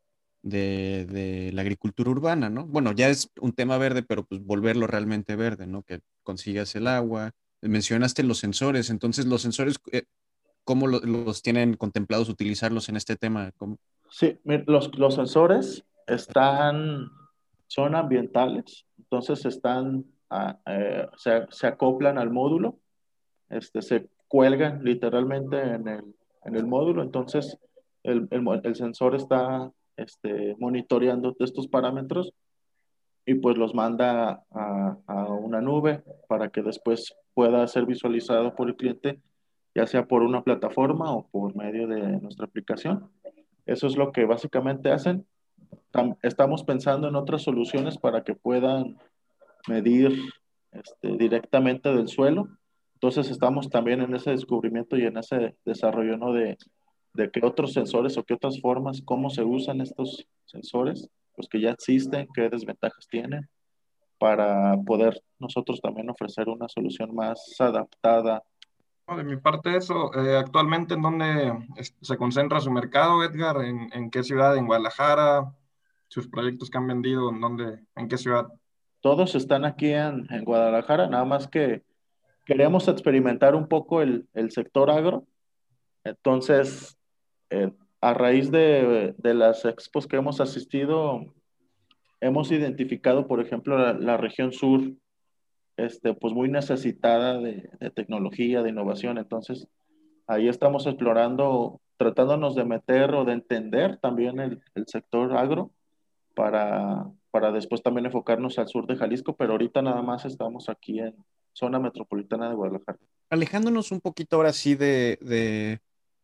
de, de la agricultura urbana, ¿no? Bueno, ya es un tema verde, pero pues volverlo realmente verde, ¿no? Que consigas el agua. Mencionaste los sensores, entonces los sensores, eh, ¿cómo lo- los tienen contemplados utilizarlos en este tema? ¿Cómo? Sí, mir- los, los sensores están, son ambientales, entonces están, ah, eh, se, se acoplan al módulo, este, se cuelgan literalmente en el, en el módulo, entonces el, el, mo- el sensor está este, monitoreando estos parámetros y pues los manda a, a una nube para que después pueda ser visualizado por el cliente, ya sea por una plataforma o por medio de nuestra aplicación. Eso es lo que básicamente hacen. Tam- Estamos pensando en otras soluciones para que puedan medir este, directamente del suelo. Entonces estamos también en ese descubrimiento y en ese desarrollo, ¿no? De, de qué otros sensores o qué otras formas, cómo se usan estos sensores, los que ya existen, qué desventajas tienen, para poder nosotros también ofrecer una solución más adaptada. No, de mi parte, eso, eh, actualmente, ¿en dónde es- se concentra su mercado, Edgar? ¿En, en qué ciudad? ¿En Guadalajara? ¿Sus proyectos que han vendido? ¿En dónde? ¿En qué ciudad? Todos están aquí en, en Guadalajara, nada más que queremos experimentar un poco el, el sector agro. Entonces, eh, a raíz de, de las expos que hemos asistido, hemos identificado, por ejemplo, la, la región sur, este, pues muy necesitada de, de tecnología, de innovación. Entonces, ahí estamos explorando, tratándonos de meter o de entender también el, el sector agro para, para después también enfocarnos al sur de Jalisco, pero ahorita nada más estamos aquí en zona metropolitana de Guadalajara. Alejándonos un poquito ahora sí de, de,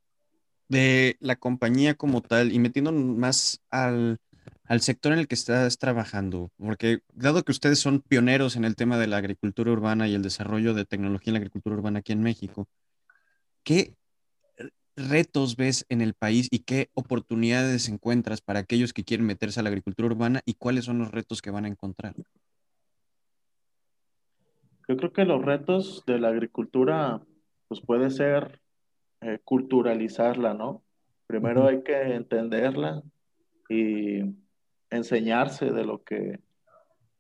de la compañía como tal y metiéndonos más al, al sector en el que estás trabajando, porque dado que ustedes son pioneros en el tema de la agricultura urbana y el desarrollo de tecnología en la agricultura urbana aquí en México, ¿qué retos ves en el país y qué oportunidades encuentras para aquellos que quieren meterse a la agricultura urbana y cuáles son los retos que van a encontrar? Yo creo que los retos de la agricultura, pues puede ser eh, culturalizarla, ¿no? Primero Ujú. hay que entenderla y enseñarse de lo que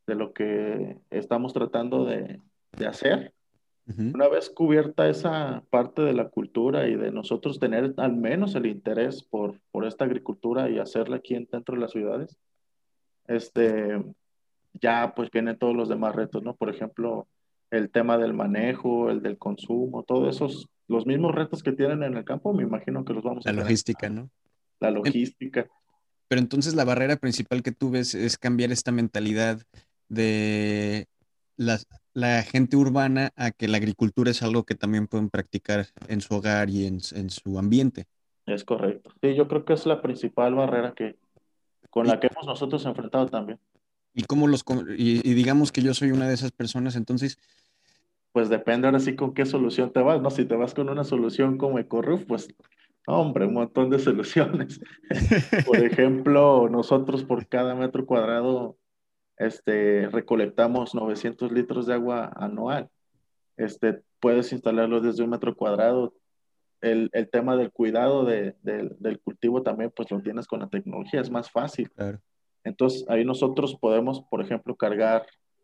de lo que estamos tratando de, de hacer. Ujú. Una vez cubierta esa parte de la cultura y de nosotros tener al menos el interés por, por esta agricultura y hacerla aquí en- dentro de las ciudades, este, ya pues vienen todos los demás retos, ¿no? Por ejemplo, el tema del manejo, el del consumo, todos esos, los mismos retos que tienen en el campo, me imagino que los vamos La a tener. logística, ¿no? La En- logística. Pero entonces la barrera principal que tú ves es cambiar esta mentalidad de las- la gente urbana a que la agricultura es algo que también pueden practicar en su hogar y en, en su ambiente. Es correcto. Sí, yo creo que es la principal barrera que, con Y, la que hemos nosotros enfrentado también. y cómo los, con- y, y digamos que yo soy una de esas personas, entonces, Pues depende ahora sí con qué solución te vas, ¿no? Si te vas con una solución como EcoRoof, pues, no, hombre, un montón de soluciones. Por ejemplo, nosotros por cada metro cuadrado, este, recolectamos novecientos litros de agua anual. Este, puedes instalarlo desde un metro cuadrado. El, el tema del cuidado de- del del cultivo también, pues lo tienes con la tecnología, es más fácil. claro. Entonces, ahí nosotros podemos, por ejemplo, cargar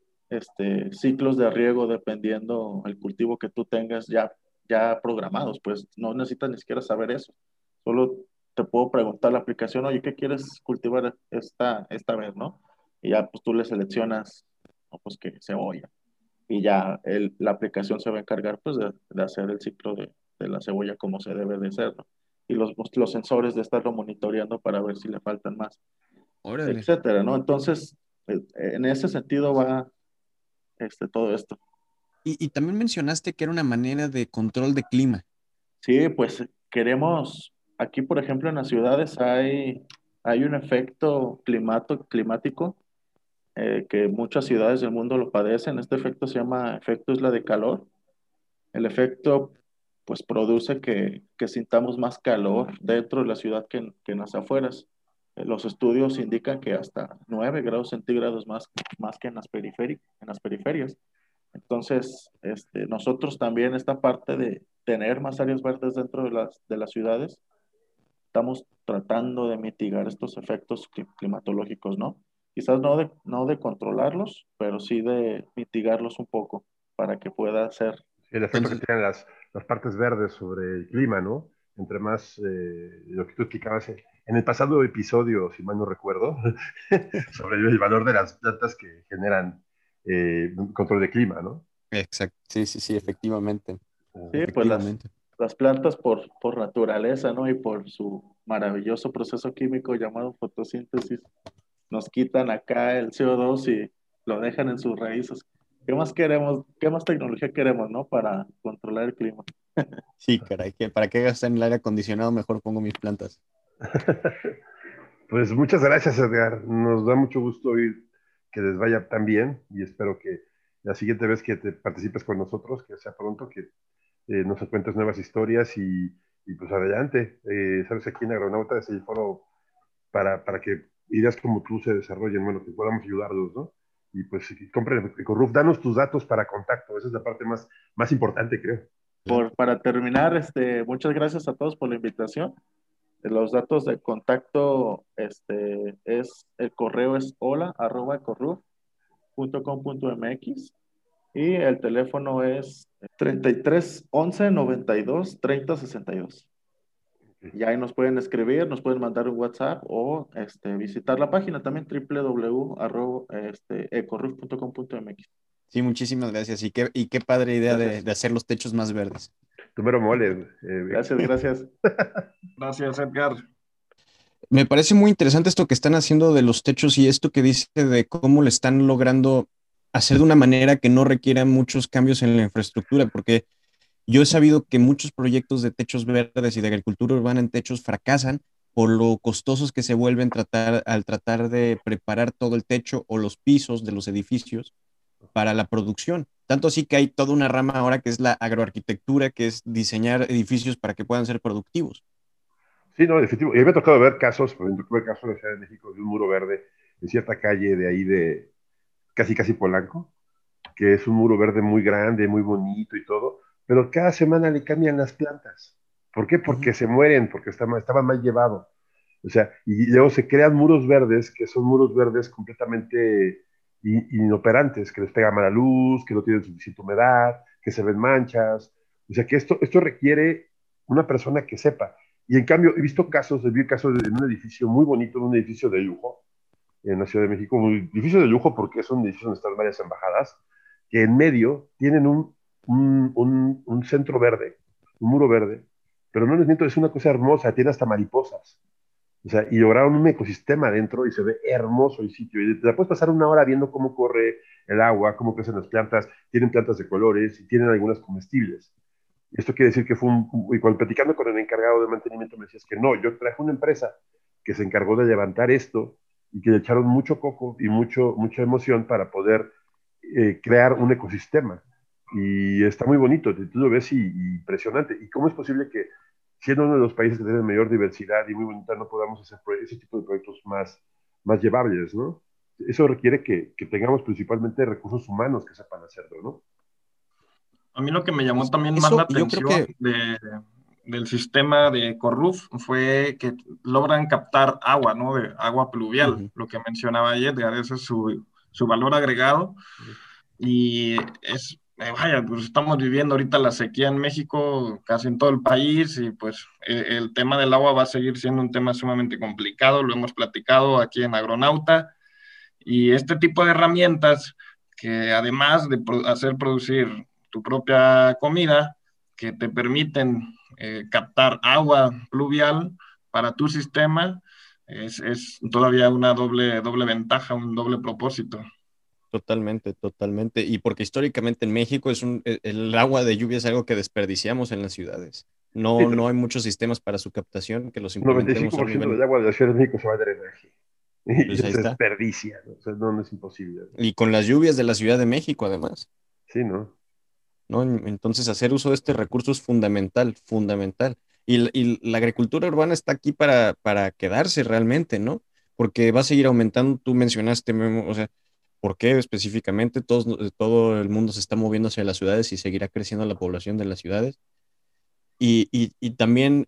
este, ciclos de riego dependiendo el cultivo que tú tengas ya, ya programados, pues no necesitas ni siquiera saber eso. Solo te puedo preguntar la aplicación, oye, ¿qué quieres cultivar esta, esta vez, no? Y ya pues tú le seleccionas, no, pues que cebolla. Y ya el, la aplicación se va a encargar pues de, de hacer el ciclo de, de la cebolla como se debe de hacer, ¿no? Y los, los sensores de estarlo monitoreando para ver si le faltan más, Órale. etcétera, ¿no? Entonces, eh, en ese sentido va este, todo esto. Y, y también mencionaste que era una manera de control de clima. Sí, pues queremos, aquí por ejemplo en las ciudades hay, hay un efecto climato, climático eh, que muchas ciudades del mundo lo padecen. Este efecto se llama efecto isla de calor. El efecto pues produce que, que sintamos más calor dentro de la ciudad que, en- que en las afueras. Eh, Los estudios indican que hasta nueve grados centígrados más, más que en las periferi- en las periferias. Entonces, este, nosotros también esta parte de tener más áreas verdes dentro de las, de las ciudades, estamos tratando de mitigar estos efectos cli- climatológicos, ¿no? Quizás no de, no de controlarlos, pero sí de mitigarlos un poco para que pueda ser. El efecto que Entonces, tienen las, las partes verdes sobre el clima, ¿no? Entre más, eh, lo que tú explicabas en en el pasado episodio, si mal no recuerdo, sobre el valor de las plantas que generan eh, un control de clima, ¿no? exacto. Sí, sí, sí, efectivamente. Sí, pues las, Efectivamente. las plantas por, por naturaleza, ¿no? Y por su maravilloso proceso químico llamado fotosíntesis, nos quitan acá el C O dos y lo dejan en sus raíces. ¿Qué más queremos? ¿Qué más tecnología queremos, no? Para controlar el clima. Sí, caray, que para qué gastar en el aire acondicionado, mejor pongo mis plantas. Pues muchas gracias, Edgar. Nos da mucho gusto oír que les vaya tan bien y espero que la siguiente vez que te participes con nosotros, que sea pronto, que eh, nos cuentes nuevas historias y, y pues adelante. Eh, sabes, aquí en Agronauta es el foro para, para que ideas como tú se desarrollen, bueno, que podamos ayudarlos, ¿no? Y pues compren Ecoruf, danos tus datos para contacto, esa es la parte más, más importante, creo. Claro. Por, para terminar, este, muchas gracias a todos por la invitación. Los datos de contacto, este, es, el correo es hola arroba ecorruf punto com punto mx y el teléfono es treinta y tres once noventa y dos treinta sesenta y dos. Y ahí nos pueden escribir, nos pueden mandar un WhatsApp o este, visitar la página también w w w arroba ecorruf punto com punto mx. Sí, muchísimas gracias. Y qué, y qué padre idea de, Gracias. de hacer los techos más verdes. Tu mero mole. Eh, Gracias, gracias. Gracias, Edgar. Me parece muy interesante esto que están haciendo de los techos y esto que dice de cómo le están logrando hacer de una manera que no requiera muchos cambios en la infraestructura, porque yo he sabido que muchos proyectos de techos verdes y de agricultura urbana en techos fracasan por lo costosos que se vuelven tratar, al tratar de preparar todo el techo o los pisos de los edificios para la producción. Tanto así que hay toda una rama ahora que es la agroarquitectura, que es diseñar edificios para que puedan ser productivos. sí, no, definitivo. Y a mí me ha tocado ver casos, por ejemplo, tuve casos en la Ciudad de México de un muro verde en cierta calle de ahí de casi casi Polanco, que es un muro verde muy grande, muy bonito y todo, pero cada semana le cambian las plantas. ¿Por qué? Ujú. Porque se mueren, porque estaba, estaba mal llevado. O sea, y luego se crean muros verdes, que son muros verdes completamente inoperantes, que les pega mala luz, que no tienen suficiente humedad, que se ven manchas. O sea que esto, esto requiere una persona que sepa. Y en cambio, he visto casos, vi casos en un edificio muy bonito, en un edificio de lujo, en la Ciudad de México, un edificio de lujo porque es un edificio donde están varias embajadas, que en medio tienen un, un, un, un centro verde, un muro verde, pero no les miento, es una cosa hermosa, tiene hasta mariposas. O sea, y lograron un ecosistema adentro y se ve hermoso el sitio. Y te la puedes pasar una hora viendo cómo corre el agua, cómo crecen las plantas, tienen plantas de colores y tienen algunas comestibles. Esto quiere decir que fue un, y cuando platicando con el encargado de mantenimiento me decías que no, yo traje una empresa que se encargó de levantar esto y que le echaron mucho coco y mucho, mucha emoción para poder eh, crear un ecosistema. Y está muy bonito, tú lo ves y, y impresionante. ¿Y cómo es posible que siendo uno de los países que tiene mayor diversidad y muy bonita, no podamos hacer ese tipo de proyectos más, más llevables, ¿no? Eso requiere que, que tengamos principalmente recursos humanos que sepan hacerlo, ¿no? A mí lo que me llamó Pues también más la eso yo creo atención que... de, del sistema de Corruf fue que logran captar agua, ¿no? De agua pluvial, Ujú. lo que mencionaba Edgar, ese es su, su valor agregado. Y es, eh, vaya, pues estamos viviendo ahorita la sequía en México, casi en todo el país, y pues eh, el tema del agua va a seguir siendo un tema sumamente complicado, lo hemos platicado aquí en Agronauta, y este tipo de herramientas que además de pro hacer producir tu propia comida, que te permiten eh, captar agua pluvial para tu sistema, es, es todavía una doble, doble ventaja, un doble propósito. Totalmente, totalmente. Y porque históricamente en México es un, e- el agua de lluvia es algo que desperdiciamos en las ciudades. Sí, No, no hay muchos sistemas para su captación que los noventa y cinco implementemos a un por ciento nivel. del agua de la Ciudad de México se va a drenaje y Pues ahí se está. desperdicia, ¿no? O sea, no, no es imposible, ¿no? Y con las lluvias de la Ciudad de México, además, Sí, ¿no? ¿no? En- Entonces, hacer uso de este recurso es fundamental, fundamental. Y, la- y la agricultura urbana está aquí para, para quedarse realmente, ¿no? Porque va a seguir aumentando. Tú mencionaste, Memo, o sea, ¿por qué específicamente? Todos, todo el mundo se está moviendo hacia las ciudades y seguirá creciendo la población de las ciudades. Y, y, y también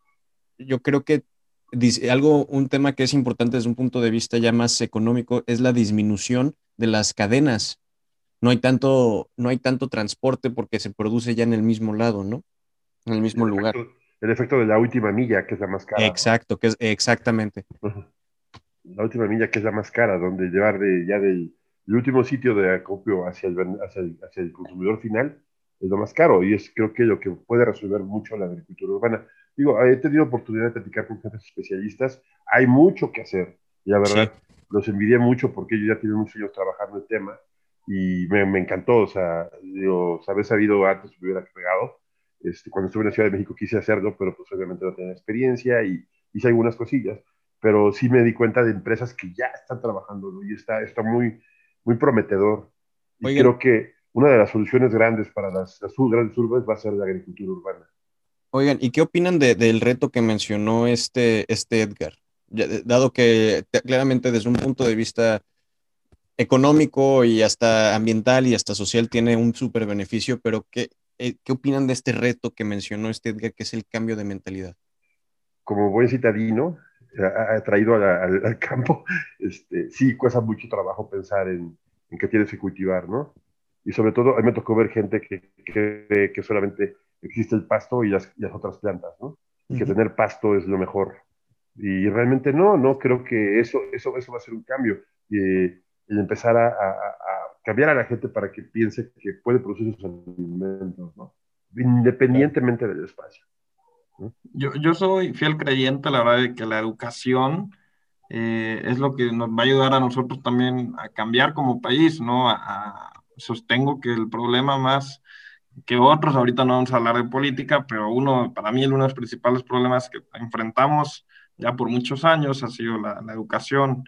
yo creo que dis- algo, un tema que es importante desde un punto de vista ya más económico es la disminución de las cadenas. No hay tanto, no hay tanto transporte porque se produce ya en el mismo lado, ¿no? En el mismo El lugar. efecto, el efecto de la última milla, que es la más cara, ¿no? Exacto, que es exactamente. Ujú. La última milla, que es la más cara, donde llevar de, ya del, del último sitio de acopio hacia el, ven- hacia, el, hacia el consumidor final es lo más caro y es creo que lo que puede resolver mucho la agricultura urbana. Digo, he tenido oportunidad de platicar con jefes especialistas, hay mucho que hacer y la Sí. verdad los envidié mucho porque ellos ya tienen muchos años trabajando el tema y me, me encantó, o sea, digo, haber sabido antes me hubiera pegado. Este, cuando estuve en la Ciudad de México quise hacerlo, pero pues obviamente no tenía experiencia y hice algunas cosillas, pero sí me di cuenta de empresas que ya están trabajando, ¿no? Y está, está muy, muy prometedor. Y Oigan, creo que una de las soluciones grandes para las, las grandes urbes va a ser la agricultura urbana. oigan, ¿y qué opinan de- del reto que mencionó este, este Edgar? Ya, eh, dado que te- claramente desde un punto de vista económico y hasta ambiental y hasta social tiene un súper beneficio, pero ¿qué, eh, ¿qué opinan de este reto que mencionó este Edgar, que es el cambio de mentalidad? Como buen citadino, ha, ha traído a la, al, al, campo, este, sí cuesta mucho trabajo pensar en, en qué tienes que cultivar, ¿no? Y sobre todo, a mí me tocó ver gente que cree que solamente existe el pasto y las, y las otras plantas, ¿no? Y que Ujú. tener pasto es lo mejor. Y realmente no, no, creo que eso, eso, eso va a ser un cambio. Eh, el empezar a, a, a, cambiar a la gente para que piense que puede producir sus alimentos, ¿no? Claro. Independientemente del espacio, ¿no? Yo, yo soy fiel creyente, la verdad, de que la educación eh, es lo que nos va a ayudar a nosotros también a cambiar como país, ¿no? A, a- sostengo que el problema más que otros, ahorita no vamos a hablar de política, pero uno, para mí, uno de los principales problemas que enfrentamos ya por muchos años ha sido la, la educación.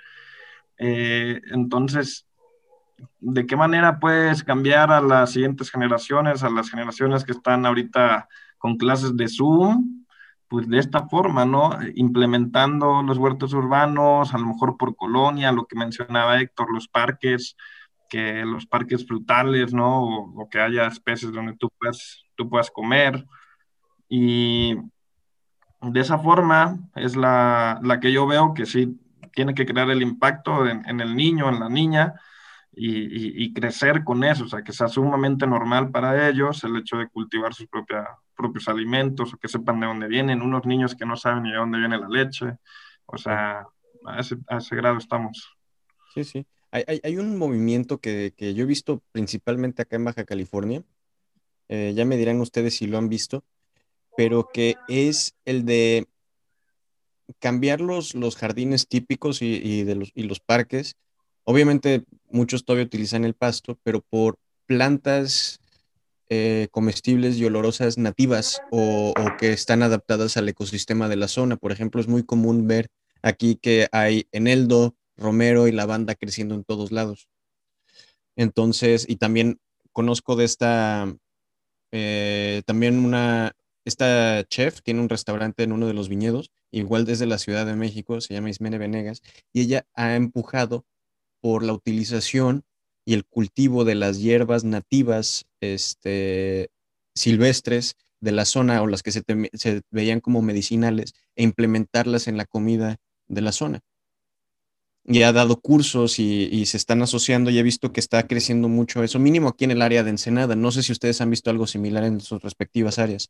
Eh, entonces, ¿de qué manera puedes cambiar a las siguientes generaciones, a las generaciones que están ahorita con clases de Zoom? Pues de esta forma, ¿no? Implementando los huertos urbanos, a lo mejor por colonia, lo que mencionaba Héctor, los parques, que los parques frutales, ¿no? O, o que haya especies donde tú puedas, tú puedas comer. Y de esa forma es la, la que yo veo que sí tiene que crear el impacto en, en el niño, en la niña, y, y, y crecer con eso, o sea, que sea sumamente normal para ellos el hecho de cultivar sus propia, propios alimentos o que sepan de dónde vienen, unos niños que no saben ni de dónde viene la leche, o Claro. sea, a ese, a ese grado estamos. Sí, sí. Hay, hay, hay un movimiento que, que yo he visto principalmente acá en Baja California, eh, ya me dirán ustedes si lo han visto, pero que es el de cambiar los, los jardines típicos y, y de los, y los parques. Obviamente muchos todavía utilizan el pasto, pero por plantas eh, comestibles y olorosas nativas o, o que están adaptadas al ecosistema de la zona. Por ejemplo, es muy común ver aquí que hay eneldo, romero y lavanda creciendo en todos lados. Entonces, y también conozco de esta, eh, también una, esta chef tiene un restaurante en uno de los viñedos, igual desde la Ciudad de México, se llama Ismene Venegas, y ella ha empujado por la utilización y el cultivo de las hierbas nativas, este, silvestres de la zona o las que se, te- se veían como medicinales e implementarlas en la comida de la zona. Y ha dado cursos y, y se están asociando y he visto que está creciendo mucho eso, mínimo aquí en el área de Ensenada. No sé si ustedes han visto algo similar en sus respectivas áreas.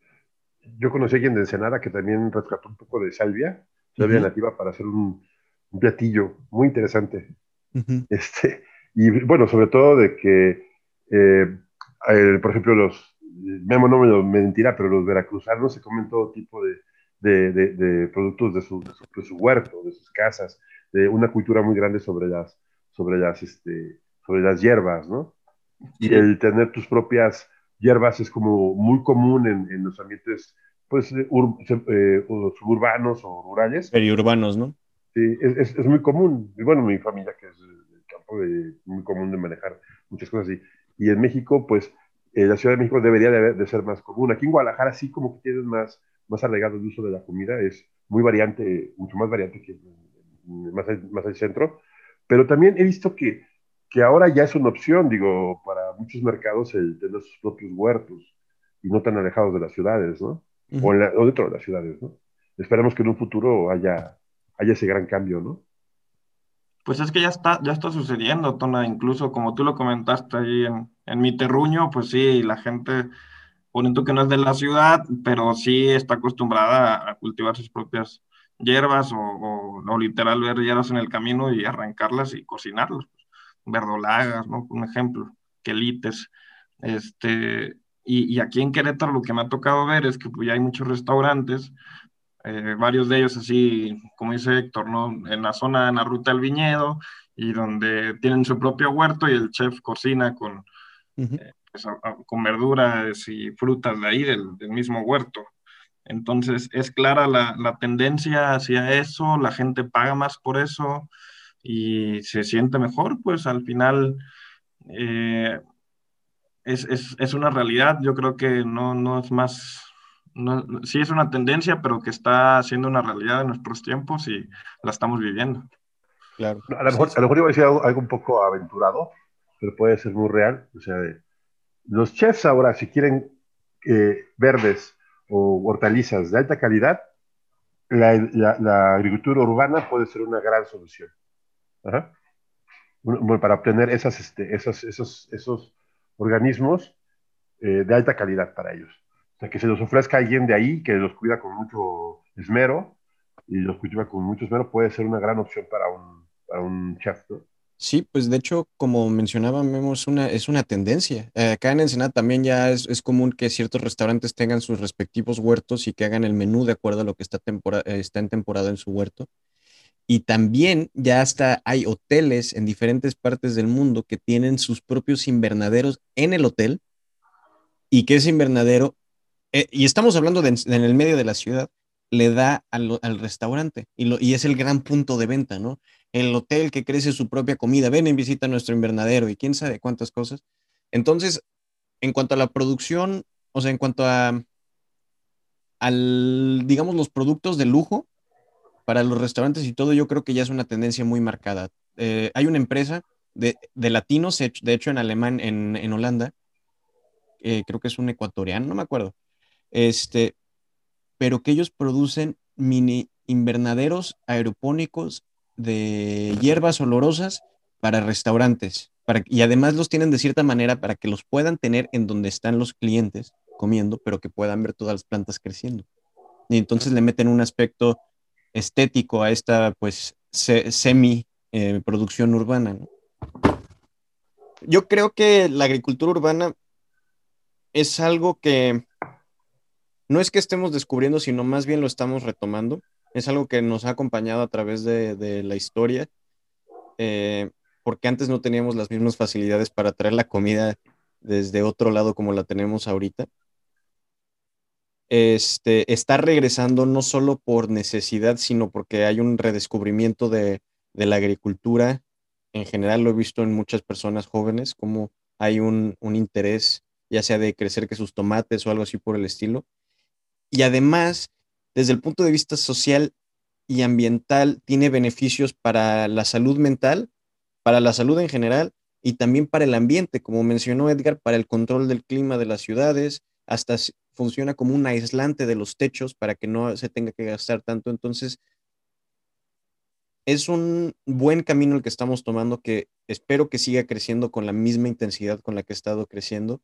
Yo conocí a alguien de Ensenada que también rescató un poco de salvia, salvia Ujú, nativa para hacer un, un platillo muy interesante. ujú. Este, y bueno, sobre todo de que, eh, eh, por ejemplo, los, Memo no me lo mentirá, pero los veracruzanos se comen todo tipo de, de, de, de productos de su, de, su, de su huerto, de sus casas, de una cultura muy grande sobre las, sobre las, este, sobre las hierbas, ¿no? Y Sí, el tener tus propias hierbas es como muy común en, en los ambientes, pues, eh, ur, eh, suburbanos o rurales. Periurbanos, ¿no? Sí, es, es, es muy común. Y bueno, mi familia, que es del campo, de, muy común de manejar muchas cosas así. Y en México, pues, eh, la Ciudad de México debería de, de, ser más común. Aquí en Guadalajara sí como que tienes más, más arraigado el uso de la comida. Es muy variante, mucho más variante que más, al, más al centro. Pero también he visto que, que ahora ya es una opción, digo, para muchos mercados el tener sus propios huertos y no tan alejados de las ciudades, ¿no? O, Ujú. en la, o dentro de las ciudades, ¿no? Esperemos que en un futuro haya haya ese gran cambio, ¿no? pues es que ya está, ya está sucediendo, Tona, incluso como tú lo comentaste ahí en, en mi terruño, pues sí, la gente, bonito que no es de la ciudad, pero sí está acostumbrada a, a cultivar sus propias hierbas o, o, o literal ver hierbas en el camino y arrancarlas y cocinarlas, pues, verdolagas, ¿no? Un ejemplo, quelites, este, y, y aquí en Querétaro lo que me ha tocado ver es que pues, ya hay muchos restaurantes, eh, varios de ellos así, como dice Héctor, ¿no? En la zona, en la ruta del viñedo, y donde tienen su propio huerto y el chef cocina con, Ujú. eh, pues, a- a- con verduras y frutas de ahí, del, del mismo huerto. Entonces, es clara la, la tendencia hacia eso, la gente paga más por eso y se siente mejor, pues al final eh, es, es, es una realidad, yo creo que no, no es más, no, sí es una tendencia, pero que está siendo una realidad en nuestros tiempos y la estamos viviendo. Claro. A lo Sí, mejor, a lo sí. mejor iba a decir algo, algo un poco aventurado, pero puede ser muy real. O sea, de- los chefs ahora, si quieren eh, verdes o hortalizas de alta calidad, la, la- la agricultura urbana puede ser una gran solución. Ajá. Un- bueno, para obtener esas, este, esos, esos, esos organismos eh, de alta calidad para ellos. O sea, que se los ofrezca alguien de ahí que los cuida con mucho esmero y los cultiva con mucho esmero, puede ser una gran opción para un, para un chef, ¿no? Sí, pues de hecho, como mencionaba Memo, es una, es una tendencia. Eh, acá en Ensenada también ya es, es común que ciertos restaurantes tengan sus respectivos huertos y que hagan el menú de acuerdo a lo que está, tempora- eh, está en temporada en su huerto. Y también ya hasta hay hoteles en diferentes partes del mundo que tienen sus propios invernaderos en el hotel y que ese invernadero, eh, y estamos hablando de en, en el medio de la ciudad, le da al, al restaurante y, lo, y es el gran punto de venta, ¿no? El hotel que crece su propia comida, ven y visita nuestro invernadero y quién sabe cuántas cosas. Entonces, en cuanto a la producción, o sea, en cuanto a, al, digamos, los productos de lujo para los restaurantes y todo, yo creo que ya es una tendencia muy marcada. Eh, hay una empresa de, de latinos, hech- de hecho en alemán, en, en Holanda, eh, creo que es un ecuatoriano, no me acuerdo, este, pero que ellos producen mini invernaderos aeropónicos de hierbas olorosas para restaurantes. Para, y además los tienen de cierta manera para que los puedan tener en donde están los clientes comiendo, pero que puedan ver todas las plantas creciendo. Y entonces le meten un aspecto estético a esta, pues, se, semi eh, producción urbana, ¿no? Yo creo que la agricultura urbana es algo que no es que estemos descubriendo, sino más bien lo estamos retomando. Es algo que nos ha acompañado a través de, de la historia, eh, porque antes no teníamos las mismas facilidades para traer la comida desde otro lado como la tenemos ahorita. Este, está regresando no solo por necesidad, sino porque hay un redescubrimiento de, de la agricultura. En general lo he visto en muchas personas jóvenes, como hay un, un interés, ya sea de crecer que sus tomates o algo así por el estilo. Y además, desde el punto de vista social y ambiental, tiene beneficios para la salud mental, para la salud en general y también para el ambiente, como mencionó Edgar, para el control del clima de las ciudades, hasta s- funciona como un aislante de los techos para que no se tenga que gastar tanto. Entonces, es un buen camino el que estamos tomando que espero que siga creciendo con la misma intensidad con la que ha estado creciendo.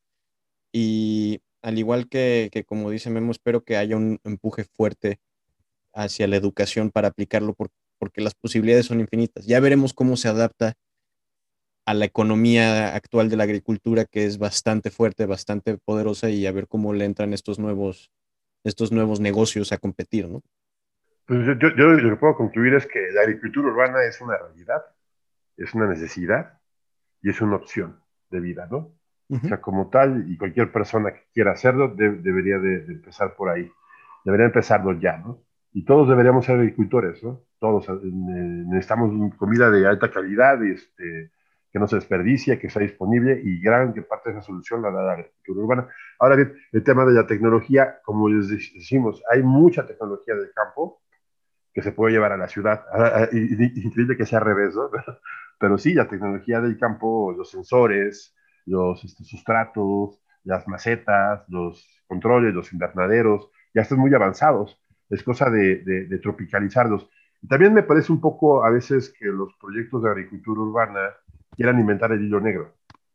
Y al igual que, que como dice Memo, espero que haya un empuje fuerte hacia la educación para aplicarlo por- porque las posibilidades son infinitas. Ya veremos cómo se adapta a la economía actual de la agricultura, que es bastante fuerte, bastante poderosa, y a ver cómo le entran estos nuevos, estos nuevos negocios a competir, ¿no? Pues yo, yo, yo lo que puedo concluir es que la agricultura urbana es una realidad, es una necesidad y es una opción de vida, ¿no? O Ujú. sea, como tal, y cualquier persona que quiera hacerlo de- debería de, de empezar por ahí. Debería empezarlo ya, ¿no? Y todos deberíamos ser agricultores, ¿no? Todos eh, necesitamos comida de alta calidad, este, que no se desperdicie, que sea disponible, y gran que parte de esa solución la da la agricultura urbana. Ahora bien, el tema de la tecnología, como les decimos, hay mucha tecnología del campo que se puede llevar a la ciudad. Ah, ah, increíble que sea al revés, ¿no? Pero sí, la tecnología del campo, los sensores, los este, sustratos, las macetas, los controles, los invernaderos, ya están muy avanzados. Es cosa de, de, de tropicalizarlos. Y también me parece un poco a veces que los proyectos de agricultura urbana quieran inventar el hilo negro.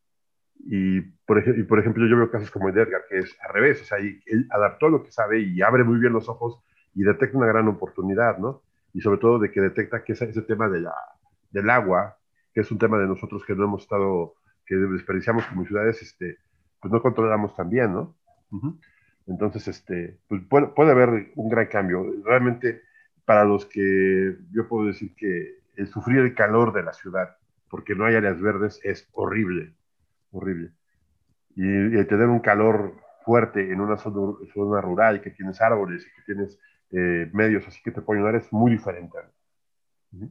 Y por, ej- y por ejemplo, yo veo casos como el de Edgar, que es al revés, o sea, y- él adaptó lo que sabe y abre muy bien los ojos y detecta una gran oportunidad, ¿no? Y sobre todo de que detecta que ese, ese tema de la, del agua, que es un tema de nosotros que no hemos estado, que desperdiciamos como ciudades, este, pues no controlamos tan bien, ¿no? Ujú. Entonces, este, pues puede, puede haber un gran cambio. Realmente, para los que yo puedo decir que el sufrir el calor de la ciudad, porque no hay áreas verdes, es horrible, horrible. Y, y tener un calor fuerte en una zona, zona rural, que tienes árboles y que tienes eh, medios así que te pueden ayudar, es muy diferente. Uh -huh.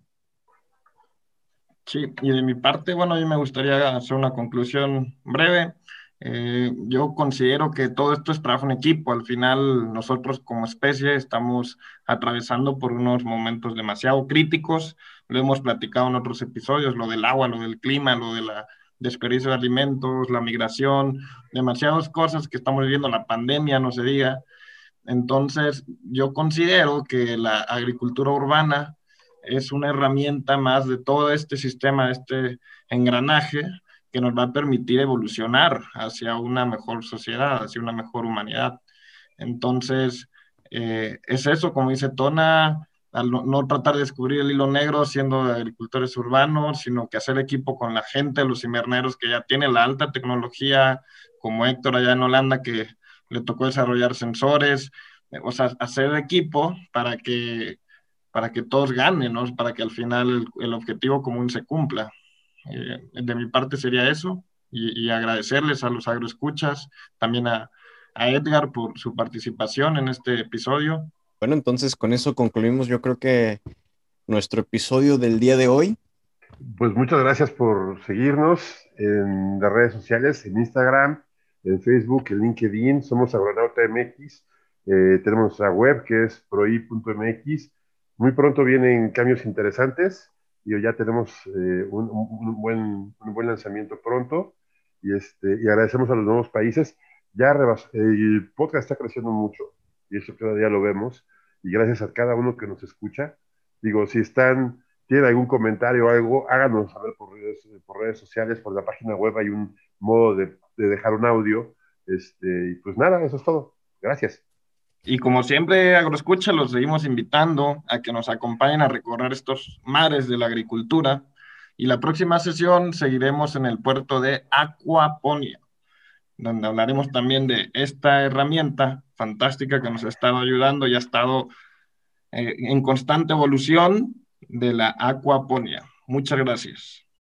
Sí, y de mi parte, bueno, a mí me gustaría hacer una conclusión breve. Eh, yo considero que todo esto es trabajo en equipo. Al final, nosotros como especie estamos atravesando por unos momentos demasiado críticos. Lo hemos platicado en otros episodios, lo del agua, lo del clima, lo de la desperdicio de alimentos, la migración, demasiadas cosas que estamos viviendo, la pandemia, no se diga. Entonces, yo considero que la agricultura urbana es una herramienta más de todo este sistema, este engranaje que nos va a permitir evolucionar hacia una mejor sociedad, hacia una mejor humanidad. Entonces, eh, es eso, como dice Tona, al no, no, tratar de descubrir el hilo negro siendo agricultores urbanos, sino que hacer equipo con la gente, los inverneros que ya tienen la alta tecnología, como Héctor allá en Holanda, que le tocó desarrollar sensores, o sea, hacer equipo para que, para que todos ganen, ¿no? Para que al final el, el objetivo común se cumpla. Eh, de mi parte sería eso, y, y agradecerles a los agroescuchas, también a, a Edgar por su participación en este episodio. Bueno, entonces con eso concluimos, yo creo que nuestro episodio del día de hoy. Pues muchas gracias por seguirnos en las redes sociales, en Instagram, en Facebook, en LinkedIn. Somos Agronauta M X. Eh, tenemos nuestra web que es proi punto m x. Muy pronto vienen cambios interesantes y ya tenemos eh, un, un, buen, un buen lanzamiento pronto. Y, este, y agradecemos a los nuevos países. Ya rebas, el podcast está creciendo mucho y eso cada día lo vemos. Y gracias a cada uno que nos escucha. Digo, si están tienen algún comentario o algo, háganos saber por redes, por redes sociales, por la página web hay un modo de, de dejar un audio. Este, y pues nada, eso es todo. Gracias. Y como siempre, Agroescucha, los seguimos invitando a que nos acompañen a recorrer estos mares de la agricultura. Y la próxima sesión seguiremos en el puerto de Aquaponia, donde hablaremos también de esta herramienta fantástica que nos ha estado ayudando y ha estado eh, en constante evolución de la aquaponia. Muchas gracias.